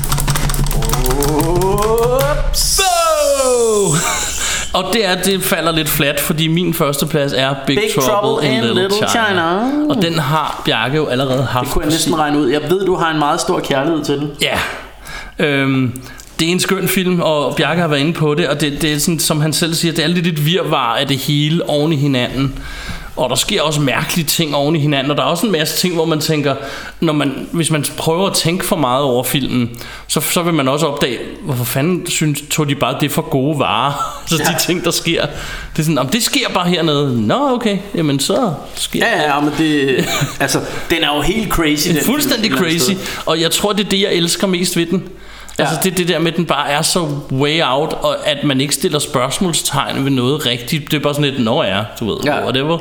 Og det falder lidt flat, fordi min første plads er Big Trouble in Little China. Og den har Bjarke jo allerede haft.
Det kunne jeg næsten regne ud. Jeg ved du har en meget stor kærlighed til den.
Ja. Det er en skøn film, og Bjarke har været inde på det. Og det er sådan, som han selv siger, det er lidt et virvar af det hele oven i hinanden. Og der sker også mærkelige ting oven i hinanden. Og der er også en masse ting, hvor man tænker, hvis man prøver at tænke for meget over filmen, så vil man også opdage, hvorfor fanden tog de bare det for gode varer. Så de ting der sker, det er sådan, det sker bare hernede. Nå okay, jamen så sker det.
Ja, men det altså, den er jo helt crazy.
Det er fuldstændig crazy. Og jeg tror det er det jeg elsker mest ved den. Altså det der med, at den bare er så way out, og at man ikke stiller spørgsmålstegn ved noget rigtigt. Det er bare sådan lidt, du ved, whatever.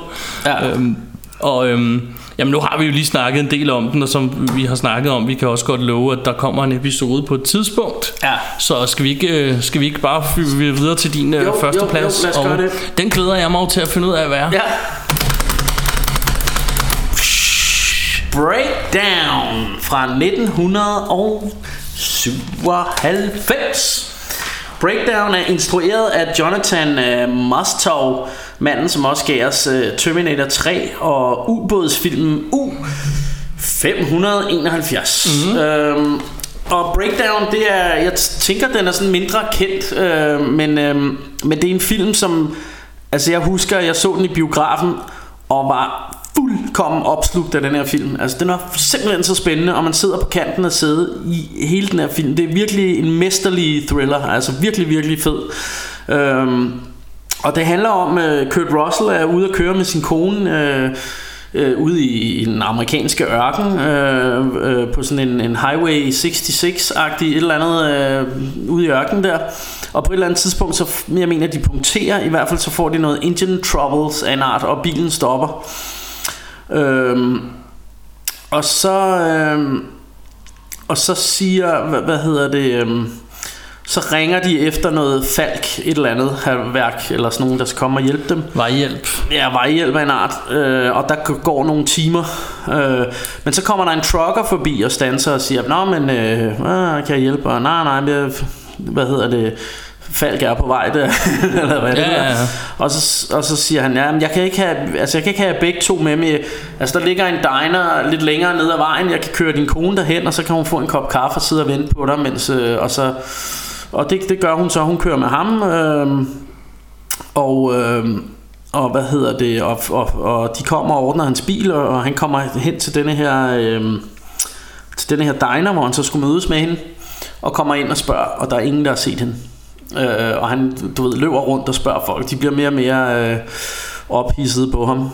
Jamen nu har vi jo lige snakket en del om den, og som vi har snakket om, vi kan også godt love, at der kommer en episode på et tidspunkt. Så skal vi ikke bare fyre videre til din første plads?
Jo, lad os gøre det.
Den glæder jeg mig til at finde ud af, hvad er.
Ja. Breakdown fra 1997. Breakdown er instrueret af Jonathan Mostow, manden som også gav os Terminator 3 og ubådsfilmen U-571. Og Breakdown, det er, jeg tænker den er sådan mindre kendt, men det er en film som, altså jeg husker jeg så den i biografen og var fuldkommen opslugt af den her film. Altså den er simpelthen så spændende, og man sidder på kanten af sædet i hele den her film. Det er virkelig en mesterlig thriller, altså virkelig, virkelig fed. Og det handler om Kurt Russell er ude at køre med sin kone ude i den amerikanske ørken på sådan en Highway 66-agtig et eller andet ude i ørkenen der. Og på et eller andet tidspunkt, så jeg mener de punkterer, i hvert fald så får de noget engine troubles af en art, og bilen stopper. Og så siger så ringer de efter noget Falk, et eller andet værk eller sådan nogen der skal komme og hjælpe dem.
Vejhjælp.
Ja, vejhjælp af en art. Og der går nogle timer. Men så kommer der en trucker forbi og standser og siger, nå men kan jeg hjælpe? Og nej, Falk er på vej der. Eller hvad det er. Og så siger han, ja, men jeg kan ikke have begge to med mig. Altså der ligger en diner lidt længere ned ad vejen. Jeg kan køre din kone derhen, og så kan hun få en kop kaffe og sidde og vente på dig, mens og det gør hun så. Hun kører med ham, og de kommer og ordner hans bil, og han kommer hen til denne her diner, hvor han så skulle mødes med hende, og kommer ind og spørger, og der er ingen der har set hende. Og han, løber rundt og spørger folk. De bliver mere og mere ophidset på ham.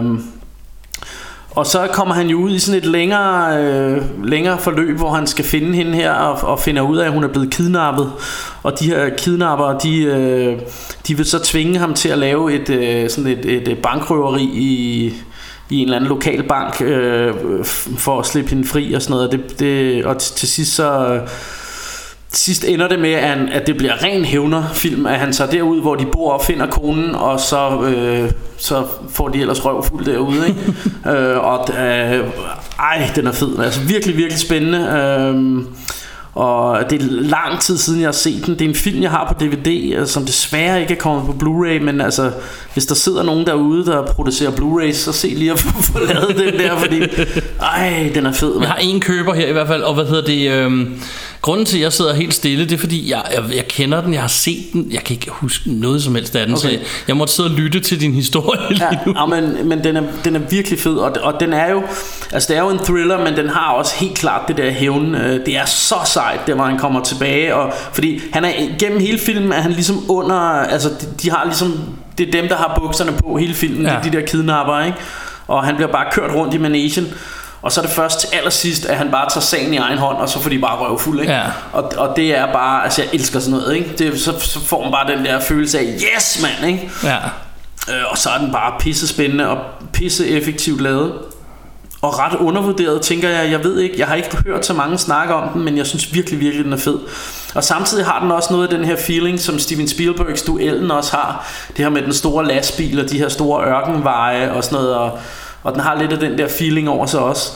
Og så kommer han jo ud i sådan et længere forløb, hvor han skal finde hende her og finder ud af, at hun er blevet kidnappet. Og de her kidnappere, de vil så tvinge ham til at lave et bankrøveri i en eller anden lokal bank for at slippe hende fri og sådan noget. Og til sidst ender det med, at det bliver ren hævnerfilm, at han tager derud, hvor de bor og finder konen, og så får de ellers røvfuld derude, ikke? Den er fed. Altså virkelig, virkelig spændende. Og det er lang tid siden jeg har set den. Det er en film jeg har på DVD, som desværre ikke er kommet på Blu-ray. Men altså, hvis der sidder nogen derude der producerer Blu-rays, så se lige at få lavet den der. Fordi den er fed, man.
Jeg har en køber her i hvert fald. Og hvad hedder det, grunden til at jeg sidder helt stille, det er fordi jeg kender den, jeg har set den. Jeg kan ikke huske noget som helst af den, okay. Så jeg måtte sidde og lytte til din historie lige nu.
Ja, men den er virkelig fed. Og den er jo, altså det er jo en thriller, men den har også helt klart det der hævn. Det er så sejt, det hvor han kommer tilbage. Og fordi han er gennem hele filmen er han ligesom under, altså de har ligesom, det er dem der har bukserne på hele filmen, de der kidnapper, ikke? Og han bliver bare kørt rundt i managen. Og så er det først til allersidst, at han bare tager sagen i egen hånd, og så får de bare røvfuld, ikke? Ja. Og det er bare, altså jeg elsker sådan noget, ikke? Så får man bare den der følelse af, yes mand, ikke? Ja. Og så er den bare pisse spændende og pisse effektivt lavet. Og ret undervurderet, tænker jeg ved ikke, jeg har ikke hørt så mange snakke om den, men jeg synes virkelig, virkelig den er fed. Og samtidig har den også noget af den her feeling, som Steven Spielbergs Duellen også har. Det her med den store lastbil og de her store ørkenveje og sådan noget, og den har lidt af den der feeling over sig også.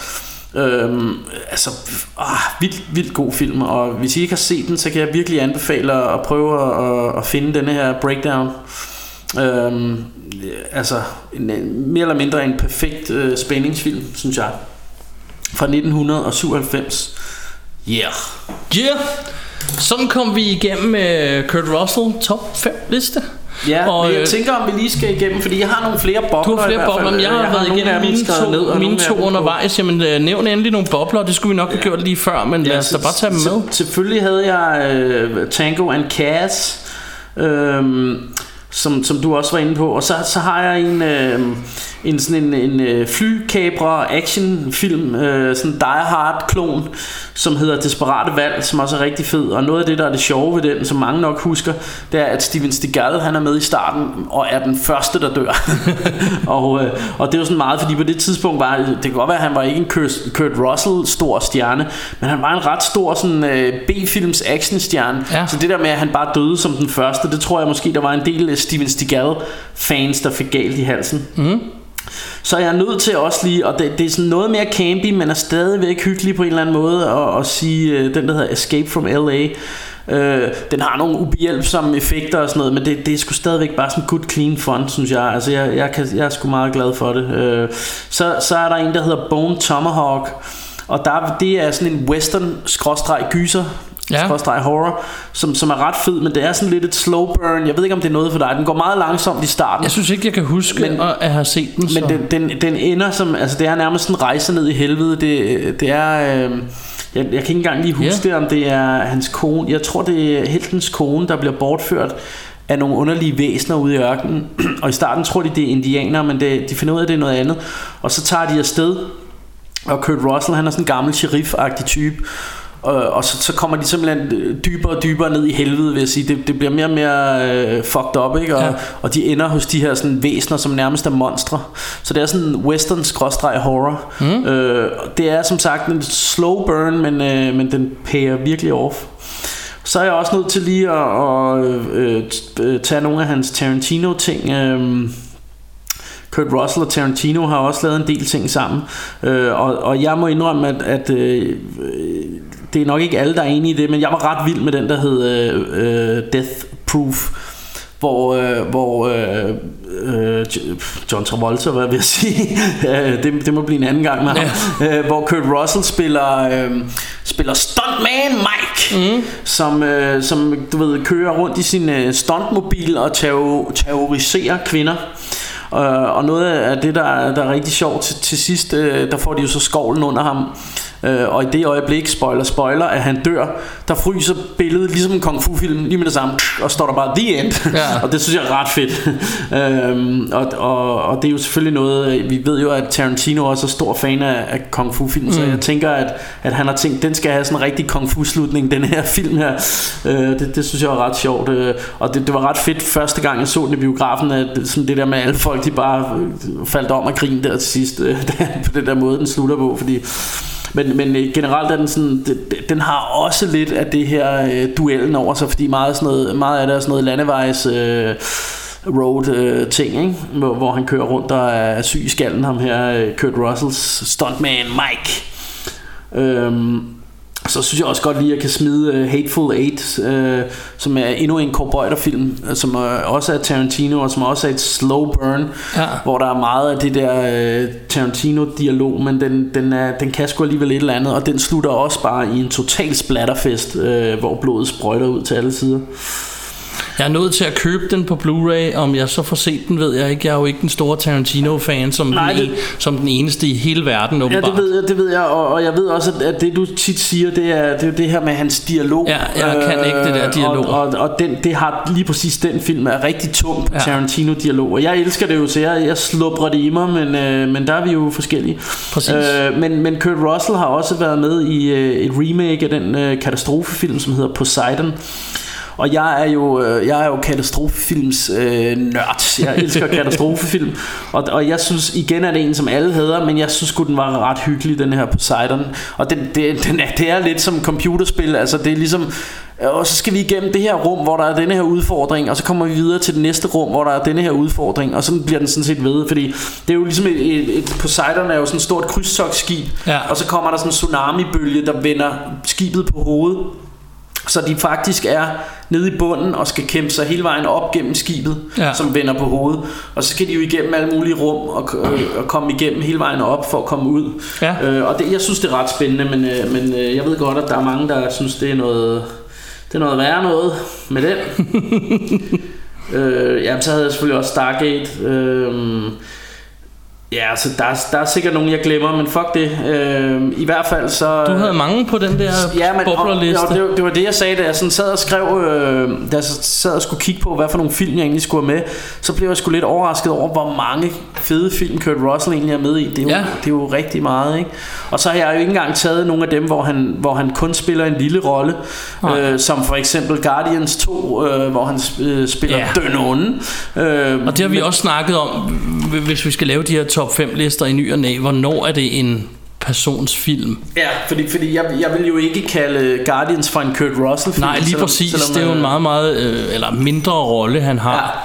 Vildt god film. Og hvis I ikke har set den, så kan jeg virkelig anbefale at prøve at finde denne her breakdown. Mere eller mindre en perfekt spændingsfilm, synes jeg, fra 1997. Yeah.
Sådan kom vi igennem Kurt Russell top 5 liste.
Ja, og men jeg tænker om vi lige skal igennem, fordi jeg har nogle flere bobler.
Du har flere bobler, men jeg har været igennem mine to undervejs. Jamen nævn endelig nogle bobler. Det skulle vi nok have gjort lige før, men lad os da bare tage dem med.
Selvfølgelig havde jeg Tango and Cash, som du også var inde på. Og så har jeg en flykabra actionfilm, sådan Die Hard klon, som hedder Desperate Valg, som også er rigtig fed. Og noget af det der er det sjove ved den, som mange nok husker, det er at Steven Seagal, han er med i starten og er den første der dør. og det er jo sådan meget, fordi på det tidspunkt var det kan godt være at han var ikke en Kurt Russell stor stjerne, men han var en ret stor sådan B-films actionstjerne. Ja. Så det der med at han bare døde som den første, det tror jeg måske der var en del Steven Seagal fans der fik galt i halsen. Så er jeg nødt til også lige, og det er sådan noget mere campy, men er stadigvæk hyggelig på en eller anden måde at sige den der hedder Escape from LA. Den har nogle ubehjælpsomme effekter og sådan noget, men det er sgu stadigvæk bare sådan good clean fun, synes jeg. Altså jeg er sgu meget glad for det. Så er der en der hedder Bone Tomahawk, og det er sådan en western-gyser, horror, som er ret fed, men det er sådan lidt et slow burn. Jeg ved ikke om det er noget for dig. Den går meget langsomt i starten.
Jeg synes ikke jeg kan huske at have set den.
Men den ender som, altså det er nærmest sådan en rejse ned i helvede. Det er jeg kan ikke engang lige huske det, om det er hans kone. Jeg tror det er heltens kone, der bliver bortført af nogle underlige væsener ude i ørkenen. Og i starten tror de det er indianere, men de finder ud af det er noget andet. Og så tager de afsted. Og Kurt Russell, han er sådan en gammel sheriff-agtig type. Og så kommer de simpelthen dybere og dybere ned i helvede, vil jeg sige. Det bliver mere og mere fucked up, ikke? Og de ender hos de her sådan væsener, som nærmest er monstre. Så det er sådan western-horror. Det er som sagt en slow burn, men den payer virkelig off. Så er jeg også nødt til lige at tage nogle af hans Tarantino-ting. Kurt Russell og Tarantino har også lavet en del ting sammen, og jeg må indrømme at det er nok ikke alle der er enige i det, men jeg var ret vild med den der hed Death Proof, hvor John Travolta, hvad vil jeg sige, det må blive en anden gang med ham, hvor Kurt Russell spiller stuntman Mike, som du ved kører rundt i sin stuntmobil og terroriserer kvinder. Og noget af det der er rigtig sjovt til sidst, der får de jo så skovlen under ham. Og i det øjeblik, spoiler, at han dør, der fryser billedet ligesom en kung fu film lige med det samme, og står der bare The End. Og det synes jeg er ret fedt. Og det er jo selvfølgelig noget, vi ved jo at Tarantino også er stor fan af kung fu film, så jeg tænker at han har tænkt, den skal have sådan en rigtig kung fu slutning, den her film her. Det synes jeg var ret sjovt. Og det var ret fedt første gang jeg så den i biografen, at sådan det der med alle folk de bare faldt om at grine der til sidst på den der måde den slutter på, fordi men generelt er den sådan, den har også lidt af det her duellen over sig, fordi meget af det er sådan noget landevejs road ting, ikke? Hvor han kører rundt og er syg i skallen, ham her Kurt Russells stuntman Mike. Så synes jeg også godt lige, at jeg kan smide Hateful Eight, som er endnu en cowboyterfilm, som også er Tarantino, og som også er et slow burn, hvor der er meget af det der Tarantino-dialog, men den kan sgu alligevel et eller andet, og den slutter også bare i en total splatterfest, hvor blodet sprøjter ud til alle sider.
Jeg er nødt til at købe den på Blu-ray. Om jeg så får set den, ved jeg ikke. Jeg er jo ikke den store Tarantino-fan som den eneste i hele verden, åbenbart.
Ja, det ved jeg, og jeg ved også, at det du tit siger, det er jo det her med hans dialog.
Ja, jeg kan ikke det der dialog.
Og det har lige præcis den film er rigtig tung på Tarantino-dialog. Og jeg elsker det jo, så jeg slubrer det i mig, men der er vi jo forskellige.
Præcis.
Men Kurt Russell har også været med i et remake af den katastrofefilm, som hedder Poseidon. Og jeg er jo katastrofefilms nørd. Jeg elsker katastrofefilm. Og jeg synes igen, at det er en, som alle hader, men jeg synes den var ret hyggelig, den her Poseidon. Og det er lidt som computerspil. Altså det er ligesom, og så skal vi igennem det her rum, hvor der er denne her udfordring, og så kommer vi videre til det næste rum, hvor der er denne her udfordring, og sådan bliver den sådan set ved. Fordi det er jo ligesom et Poseidon er jo sådan et stort krydstogtskib, og så kommer der sådan en tsunamibølge, der vender skibet på hovedet. Så de faktisk er nede i bunden og skal kæmpe sig hele vejen op gennem skibet, som vender på hovedet. Og så skal de jo igennem alle mulige rum og komme igennem hele vejen op for at komme ud. Og jeg synes det er ret spændende, men jeg ved godt, at der er mange, der synes det er noget værre noget med den. Så havde jeg selvfølgelig også Stargate. Ja, altså der er sikkert nogen jeg glemmer, men fuck det. I hvert fald så.
Du havde mange på den der boblerliste.
Det var det jeg sagde, da jeg sådan sad og skrev, da jeg sad og skulle kigge på, hvad for nogle film jeg egentlig skulle have med. Så blev jeg sgu lidt overrasket over, hvor mange fede film Kurt Russell egentlig er med i. Det er jo rigtig meget, ikke? Og så har jeg jo ikke engang taget nogle af dem, hvor han kun spiller en lille rolle, som for eksempel Guardians 2, hvor han spiller den onde.
Og det har vi også snakket om, hvis vi skal lave de her top 5 lister i ny og næ. Hvornår er det en persons film?
Ja, fordi jeg vil jo ikke kalde Guardians for en Kurt Russell film.
Nej, lige præcis. Det er jo en meget, meget eller mindre rolle han har.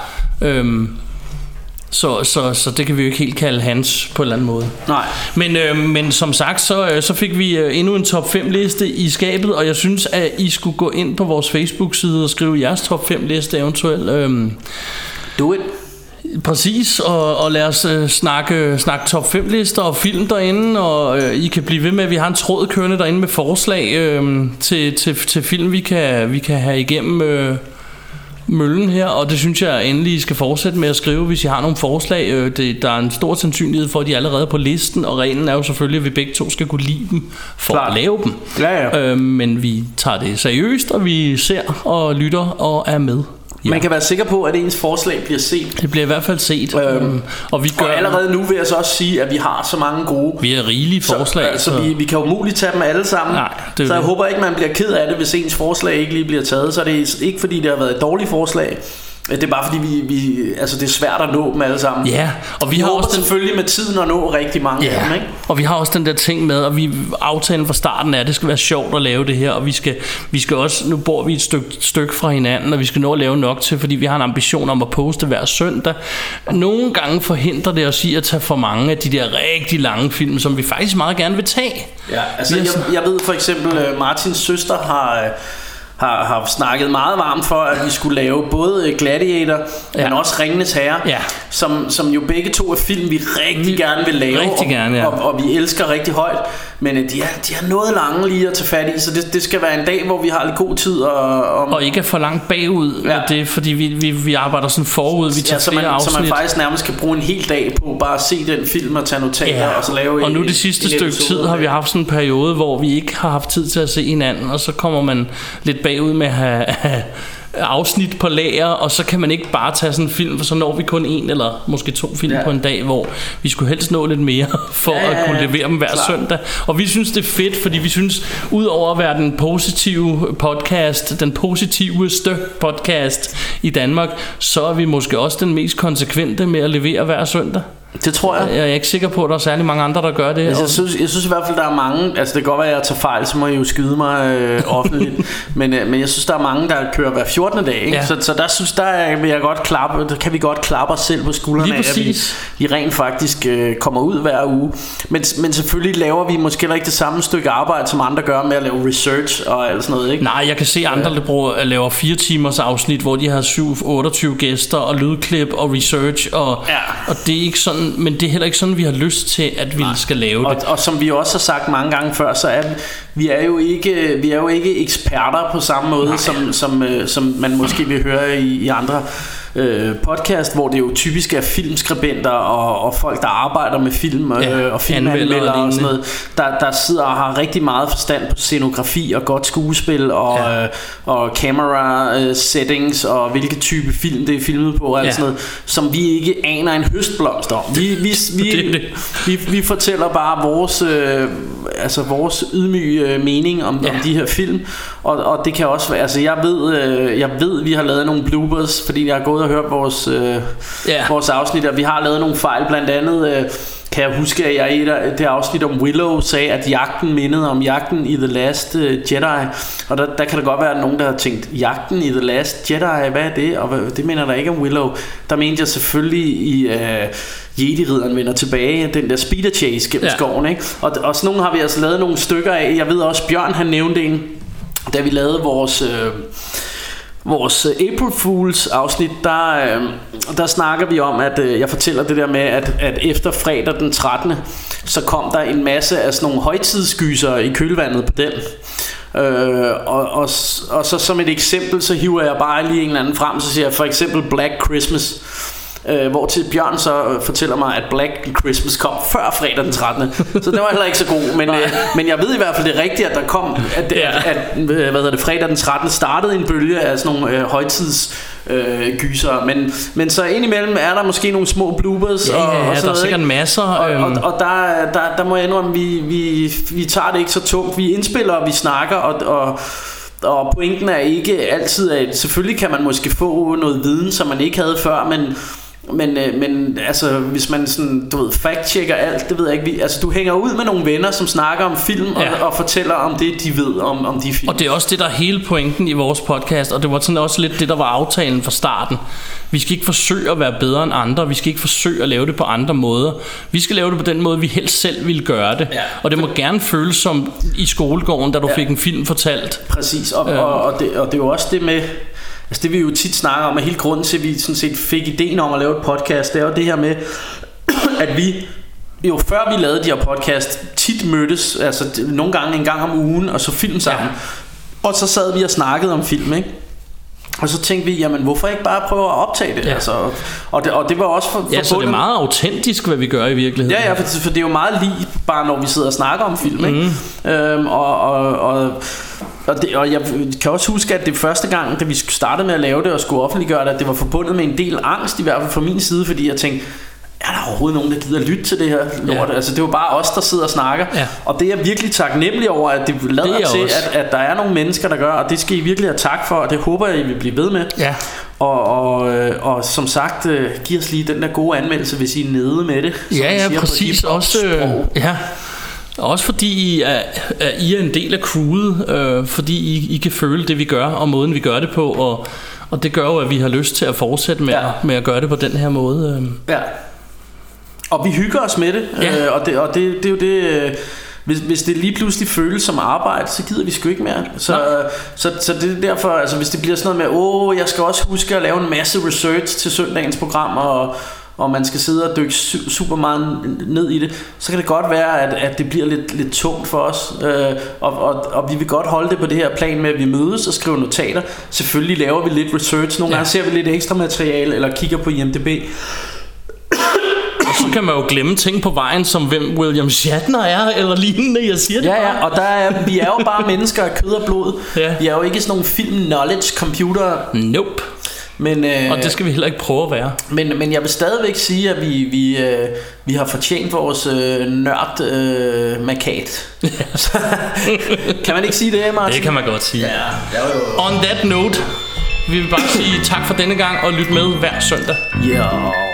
Så det kan vi jo ikke helt kalde hans på en eller anden måde.
Nej.
Men som sagt, så fik vi endnu en top 5 liste i skabet, og jeg synes, at I skulle gå ind på vores Facebook-side og skrive jeres top 5 liste eventuelt.
Do it.
Præcis, og lad os snakke top 5 lister og film derinde, og I kan blive ved med, at vi har en tråd kørende derinde med forslag til film, vi kan have igennem møllen her, og det synes jeg endelig I skal fortsætte med at skrive, hvis I har nogle forslag. Der er en stor sandsynlighed for, at de er allerede på listen, og reglen er jo selvfølgelig, at vi begge to skal kunne lide dem for at lave dem. Men vi tager det seriøst, og vi ser og lytter og er med.
Man kan være sikker på, at ens forslag bliver set.
Det bliver i hvert fald set.
Og allerede nu vil jeg så også sige, at vi har så mange gode.
Vi har rigelige forslag.
Så vi kan umuligt tage dem alle sammen. Så jeg håber ikke, man bliver ked af det, hvis ens forslag ikke lige bliver taget. Så er det ikke fordi, det har været et dårligt forslag. Det er bare fordi altså det er svært at nå dem alle sammen.
Ja, og vi har også
selvfølgelig med tiden at nå rigtig mange af dem, ikke?
Og vi har også den der ting med, og aftalen fra starten er, at det skal være sjovt at lave det her, og vi skal også, nu bor vi et stykke fra hinanden, og vi skal nå at lave nok til, fordi vi har en ambition om at poste hver søndag. Nogle gange forhindrer det os i at tage for mange af de der rigtig lange film, som vi faktisk meget gerne vil tage.
Ja, altså jeg ved for eksempel, Martins søster har snakket meget varmt for, at vi skulle lave både Gladiator, men også Ringenes Herre, som jo begge to er film, vi rigtig gerne vil lave, og vi elsker rigtig højt, men de er noget lange lige at tage fat i, så det skal være en dag, hvor vi har lidt god tid og
ikke er for langt bagud med det, fordi vi arbejder sådan forud, vi tager flere afsnit.
Så man faktisk nærmest kan bruge en hel dag på bare at se den film og tage notater og så lave.
Og nu det sidste stykke tid har vi haft sådan en periode, hvor vi ikke har haft tid til at se hinanden, og så kommer man lidt bagud med at have afsnit på lager, og så kan man ikke bare tage sådan en film, for så når vi kun en eller måske 2 film på en dag, hvor vi skulle helst nå lidt mere for at kunne levere dem hver søndag. Og vi synes det er fedt, fordi vi synes, udover at være den positive podcast, den positiveste podcast i Danmark, så er vi måske også den mest konsekvente med at levere hver søndag.
Det tror jeg.
Jeg er ikke sikker på, at der er særlig mange andre, der gør det.
Altså, jeg synes i hvert fald, der er mange. Altså det kan godt være, at jeg tager fejl, så må I jo skyde mig offentligt. men jeg synes, der er mange, der kører hver 14. dag, ikke? Ja. Så der synes vil jeg godt klappe. Der kan vi godt klappe os selv på skuldrene af, at vi rent faktisk kommer ud hver uge. Men selvfølgelig laver vi måske ikke det samme stykke arbejde, som andre gør med at lave research og alt sådan noget, ikke?
Nej, jeg kan se andre, der laver 4 timers afsnit, hvor de har 28 gæster og lydklip og research og det er ikke sådan. Men det er heller ikke sådan, vi har lyst til, at vi skal lave det.
Og som vi også har sagt mange gange før, så er vi er jo ikke eksperter på samme måde, som man måske vil høre i andre podcast, hvor det jo typisk er filmskribenter og folk, der arbejder med film og filmanmeldere og sådan noget, der sidder og har rigtig meget forstand på scenografi og godt skuespil og camera settings og hvilke type film det er filmet på og sådan noget, som vi ikke aner en høstblomst om. Vi fortæller bare vores ydmyge mening om de her film, og det kan også være, altså jeg ved vi har lavet nogle bloopers, fordi jeg har gået og hørt vores afsnit, og vi har lavet nogle fejl, blandt andet kan jeg huske, at jeg i det afsnit om Willow sagde, at jagten mindede om jagten i The Last Jedi, og der kan der godt være nogen, der har tænkt, jagten i The Last Jedi, hvad er det? Og det mener der ikke om Willow. Der mente jeg selvfølgelig i Jedi-ridderen vender tilbage, den der speeder chase gennem skoven, ikke? Og sådan nogle har vi altså lavet nogle stykker af. Jeg ved også, Bjørn han nævnte en, da vi lavede vores April Fools afsnit, der snakker vi om, at jeg fortæller det der med, at efter fredag den 13. så kom der en masse af sådan nogle højtidsgyser i kølvandet på den. Og så som et eksempel, så hiver jeg bare lige en eller anden frem, så siger jeg for eksempel Black Christmas. Hvor til Bjørn så fortæller mig, at Black Christmas kom før fredag den 13. Så det var heller ikke så god. Men jeg ved i hvert fald, det er rigtigt, at der kom at fredag den 13 startede en bølge af sådan nogle højtidsgyser. Men så indimellem er der måske nogle små bloopers og sådan
der
noget,
er sikkert masser.
Og der må jeg indrømme, vi tager det ikke så tungt. Vi indspiller, og vi snakker, og pointen er ikke altid, at selvfølgelig kan man måske få noget viden, som man ikke havde før, men altså hvis man sådan, du ved, fact-checker alt, det ved jeg ikke, altså du hænger ud med nogle venner, som snakker om film og fortæller om det, de ved om de film.
Og det er også det, der er hele pointen i vores podcast, og det var sådan også lidt det, der var aftalen fra starten. Vi skal ikke forsøge at være bedre end andre, vi skal ikke forsøge at lave det på andre måder. Vi skal lave det på den måde, vi helst selv ville gøre det. Og det må gerne føles som i skolegården, da du fik en film fortalt.
Præcis, og det er jo også det med, altså det vi jo tit snakker om, at hele grunden til, at vi sådan set fik ideen om at lave et podcast, det er jo det her med, at vi jo før vi lavede de her podcast tit mødtes, altså nogle gange en gang om ugen, og så film sammen. Og så sad vi og snakkede om film, ikke? Og så tænkte vi, jamen hvorfor ikke bare prøve at optage det? Altså, og det var også forbundet.
Så det er meget autentisk, hvad vi gør i virkeligheden.
Ja, for det er jo meget lige bare når vi sidder og snakker om film, ikke? Og jeg kan også huske, at det første gang, da vi startede med at lave det og skulle offentliggøre det, at det var forbundet med en del angst, i hvert fald fra min side, fordi jeg tænkte, er der overhovedet nogen, der gider lytte til det her lort? Altså det var bare os, der sidder og snakker. Og det er jeg virkelig taknemmelig over, at det lader til, at der er nogle mennesker, der gør, og det skal I virkelig have tak for, og det håber jeg, I vil blive ved med. Og som sagt, giv os lige den der gode anmeldelse, hvis I er nede med det.
Præcis. Også fordi I er en del af crewet, fordi I kan føle det vi gør og måden vi gør det på, og det gør jo at vi har lyst til at fortsætte med at gøre det på den her måde.
Og vi hygger os med det, og det er jo det. Hvis det lige pludselig føles som arbejde, så gider vi sgu ikke mere. Så det er derfor, altså hvis det bliver sådan noget med, jeg skal også huske at lave en masse research til søndagens program, og man skal sidde og dykke super meget ned i det, så kan det godt være, at det bliver lidt tungt for os. Og vi vil godt holde det på det her plan med, at vi mødes og skriver notater. Selvfølgelig laver vi lidt research. Nogle gange ser vi lidt ekstra materiale, eller kigger på IMDb.
Og så kan man jo glemme ting på vejen, som hvem William Shatner er, eller lignende, jeg siger det bare.
Og vi er jo bare mennesker af kød og blod. Vi er jo ikke sådan nogle film knowledge computer.
Nope. Og det skal vi heller ikke prøve at være.
Men jeg vil stadigvæk sige, at vi har fortjent vores nørd-makat. Kan man ikke sige det, Martin?
Det kan man godt sige. On that note, vi vil bare sige tak for denne gang, og lyt med hver søndag.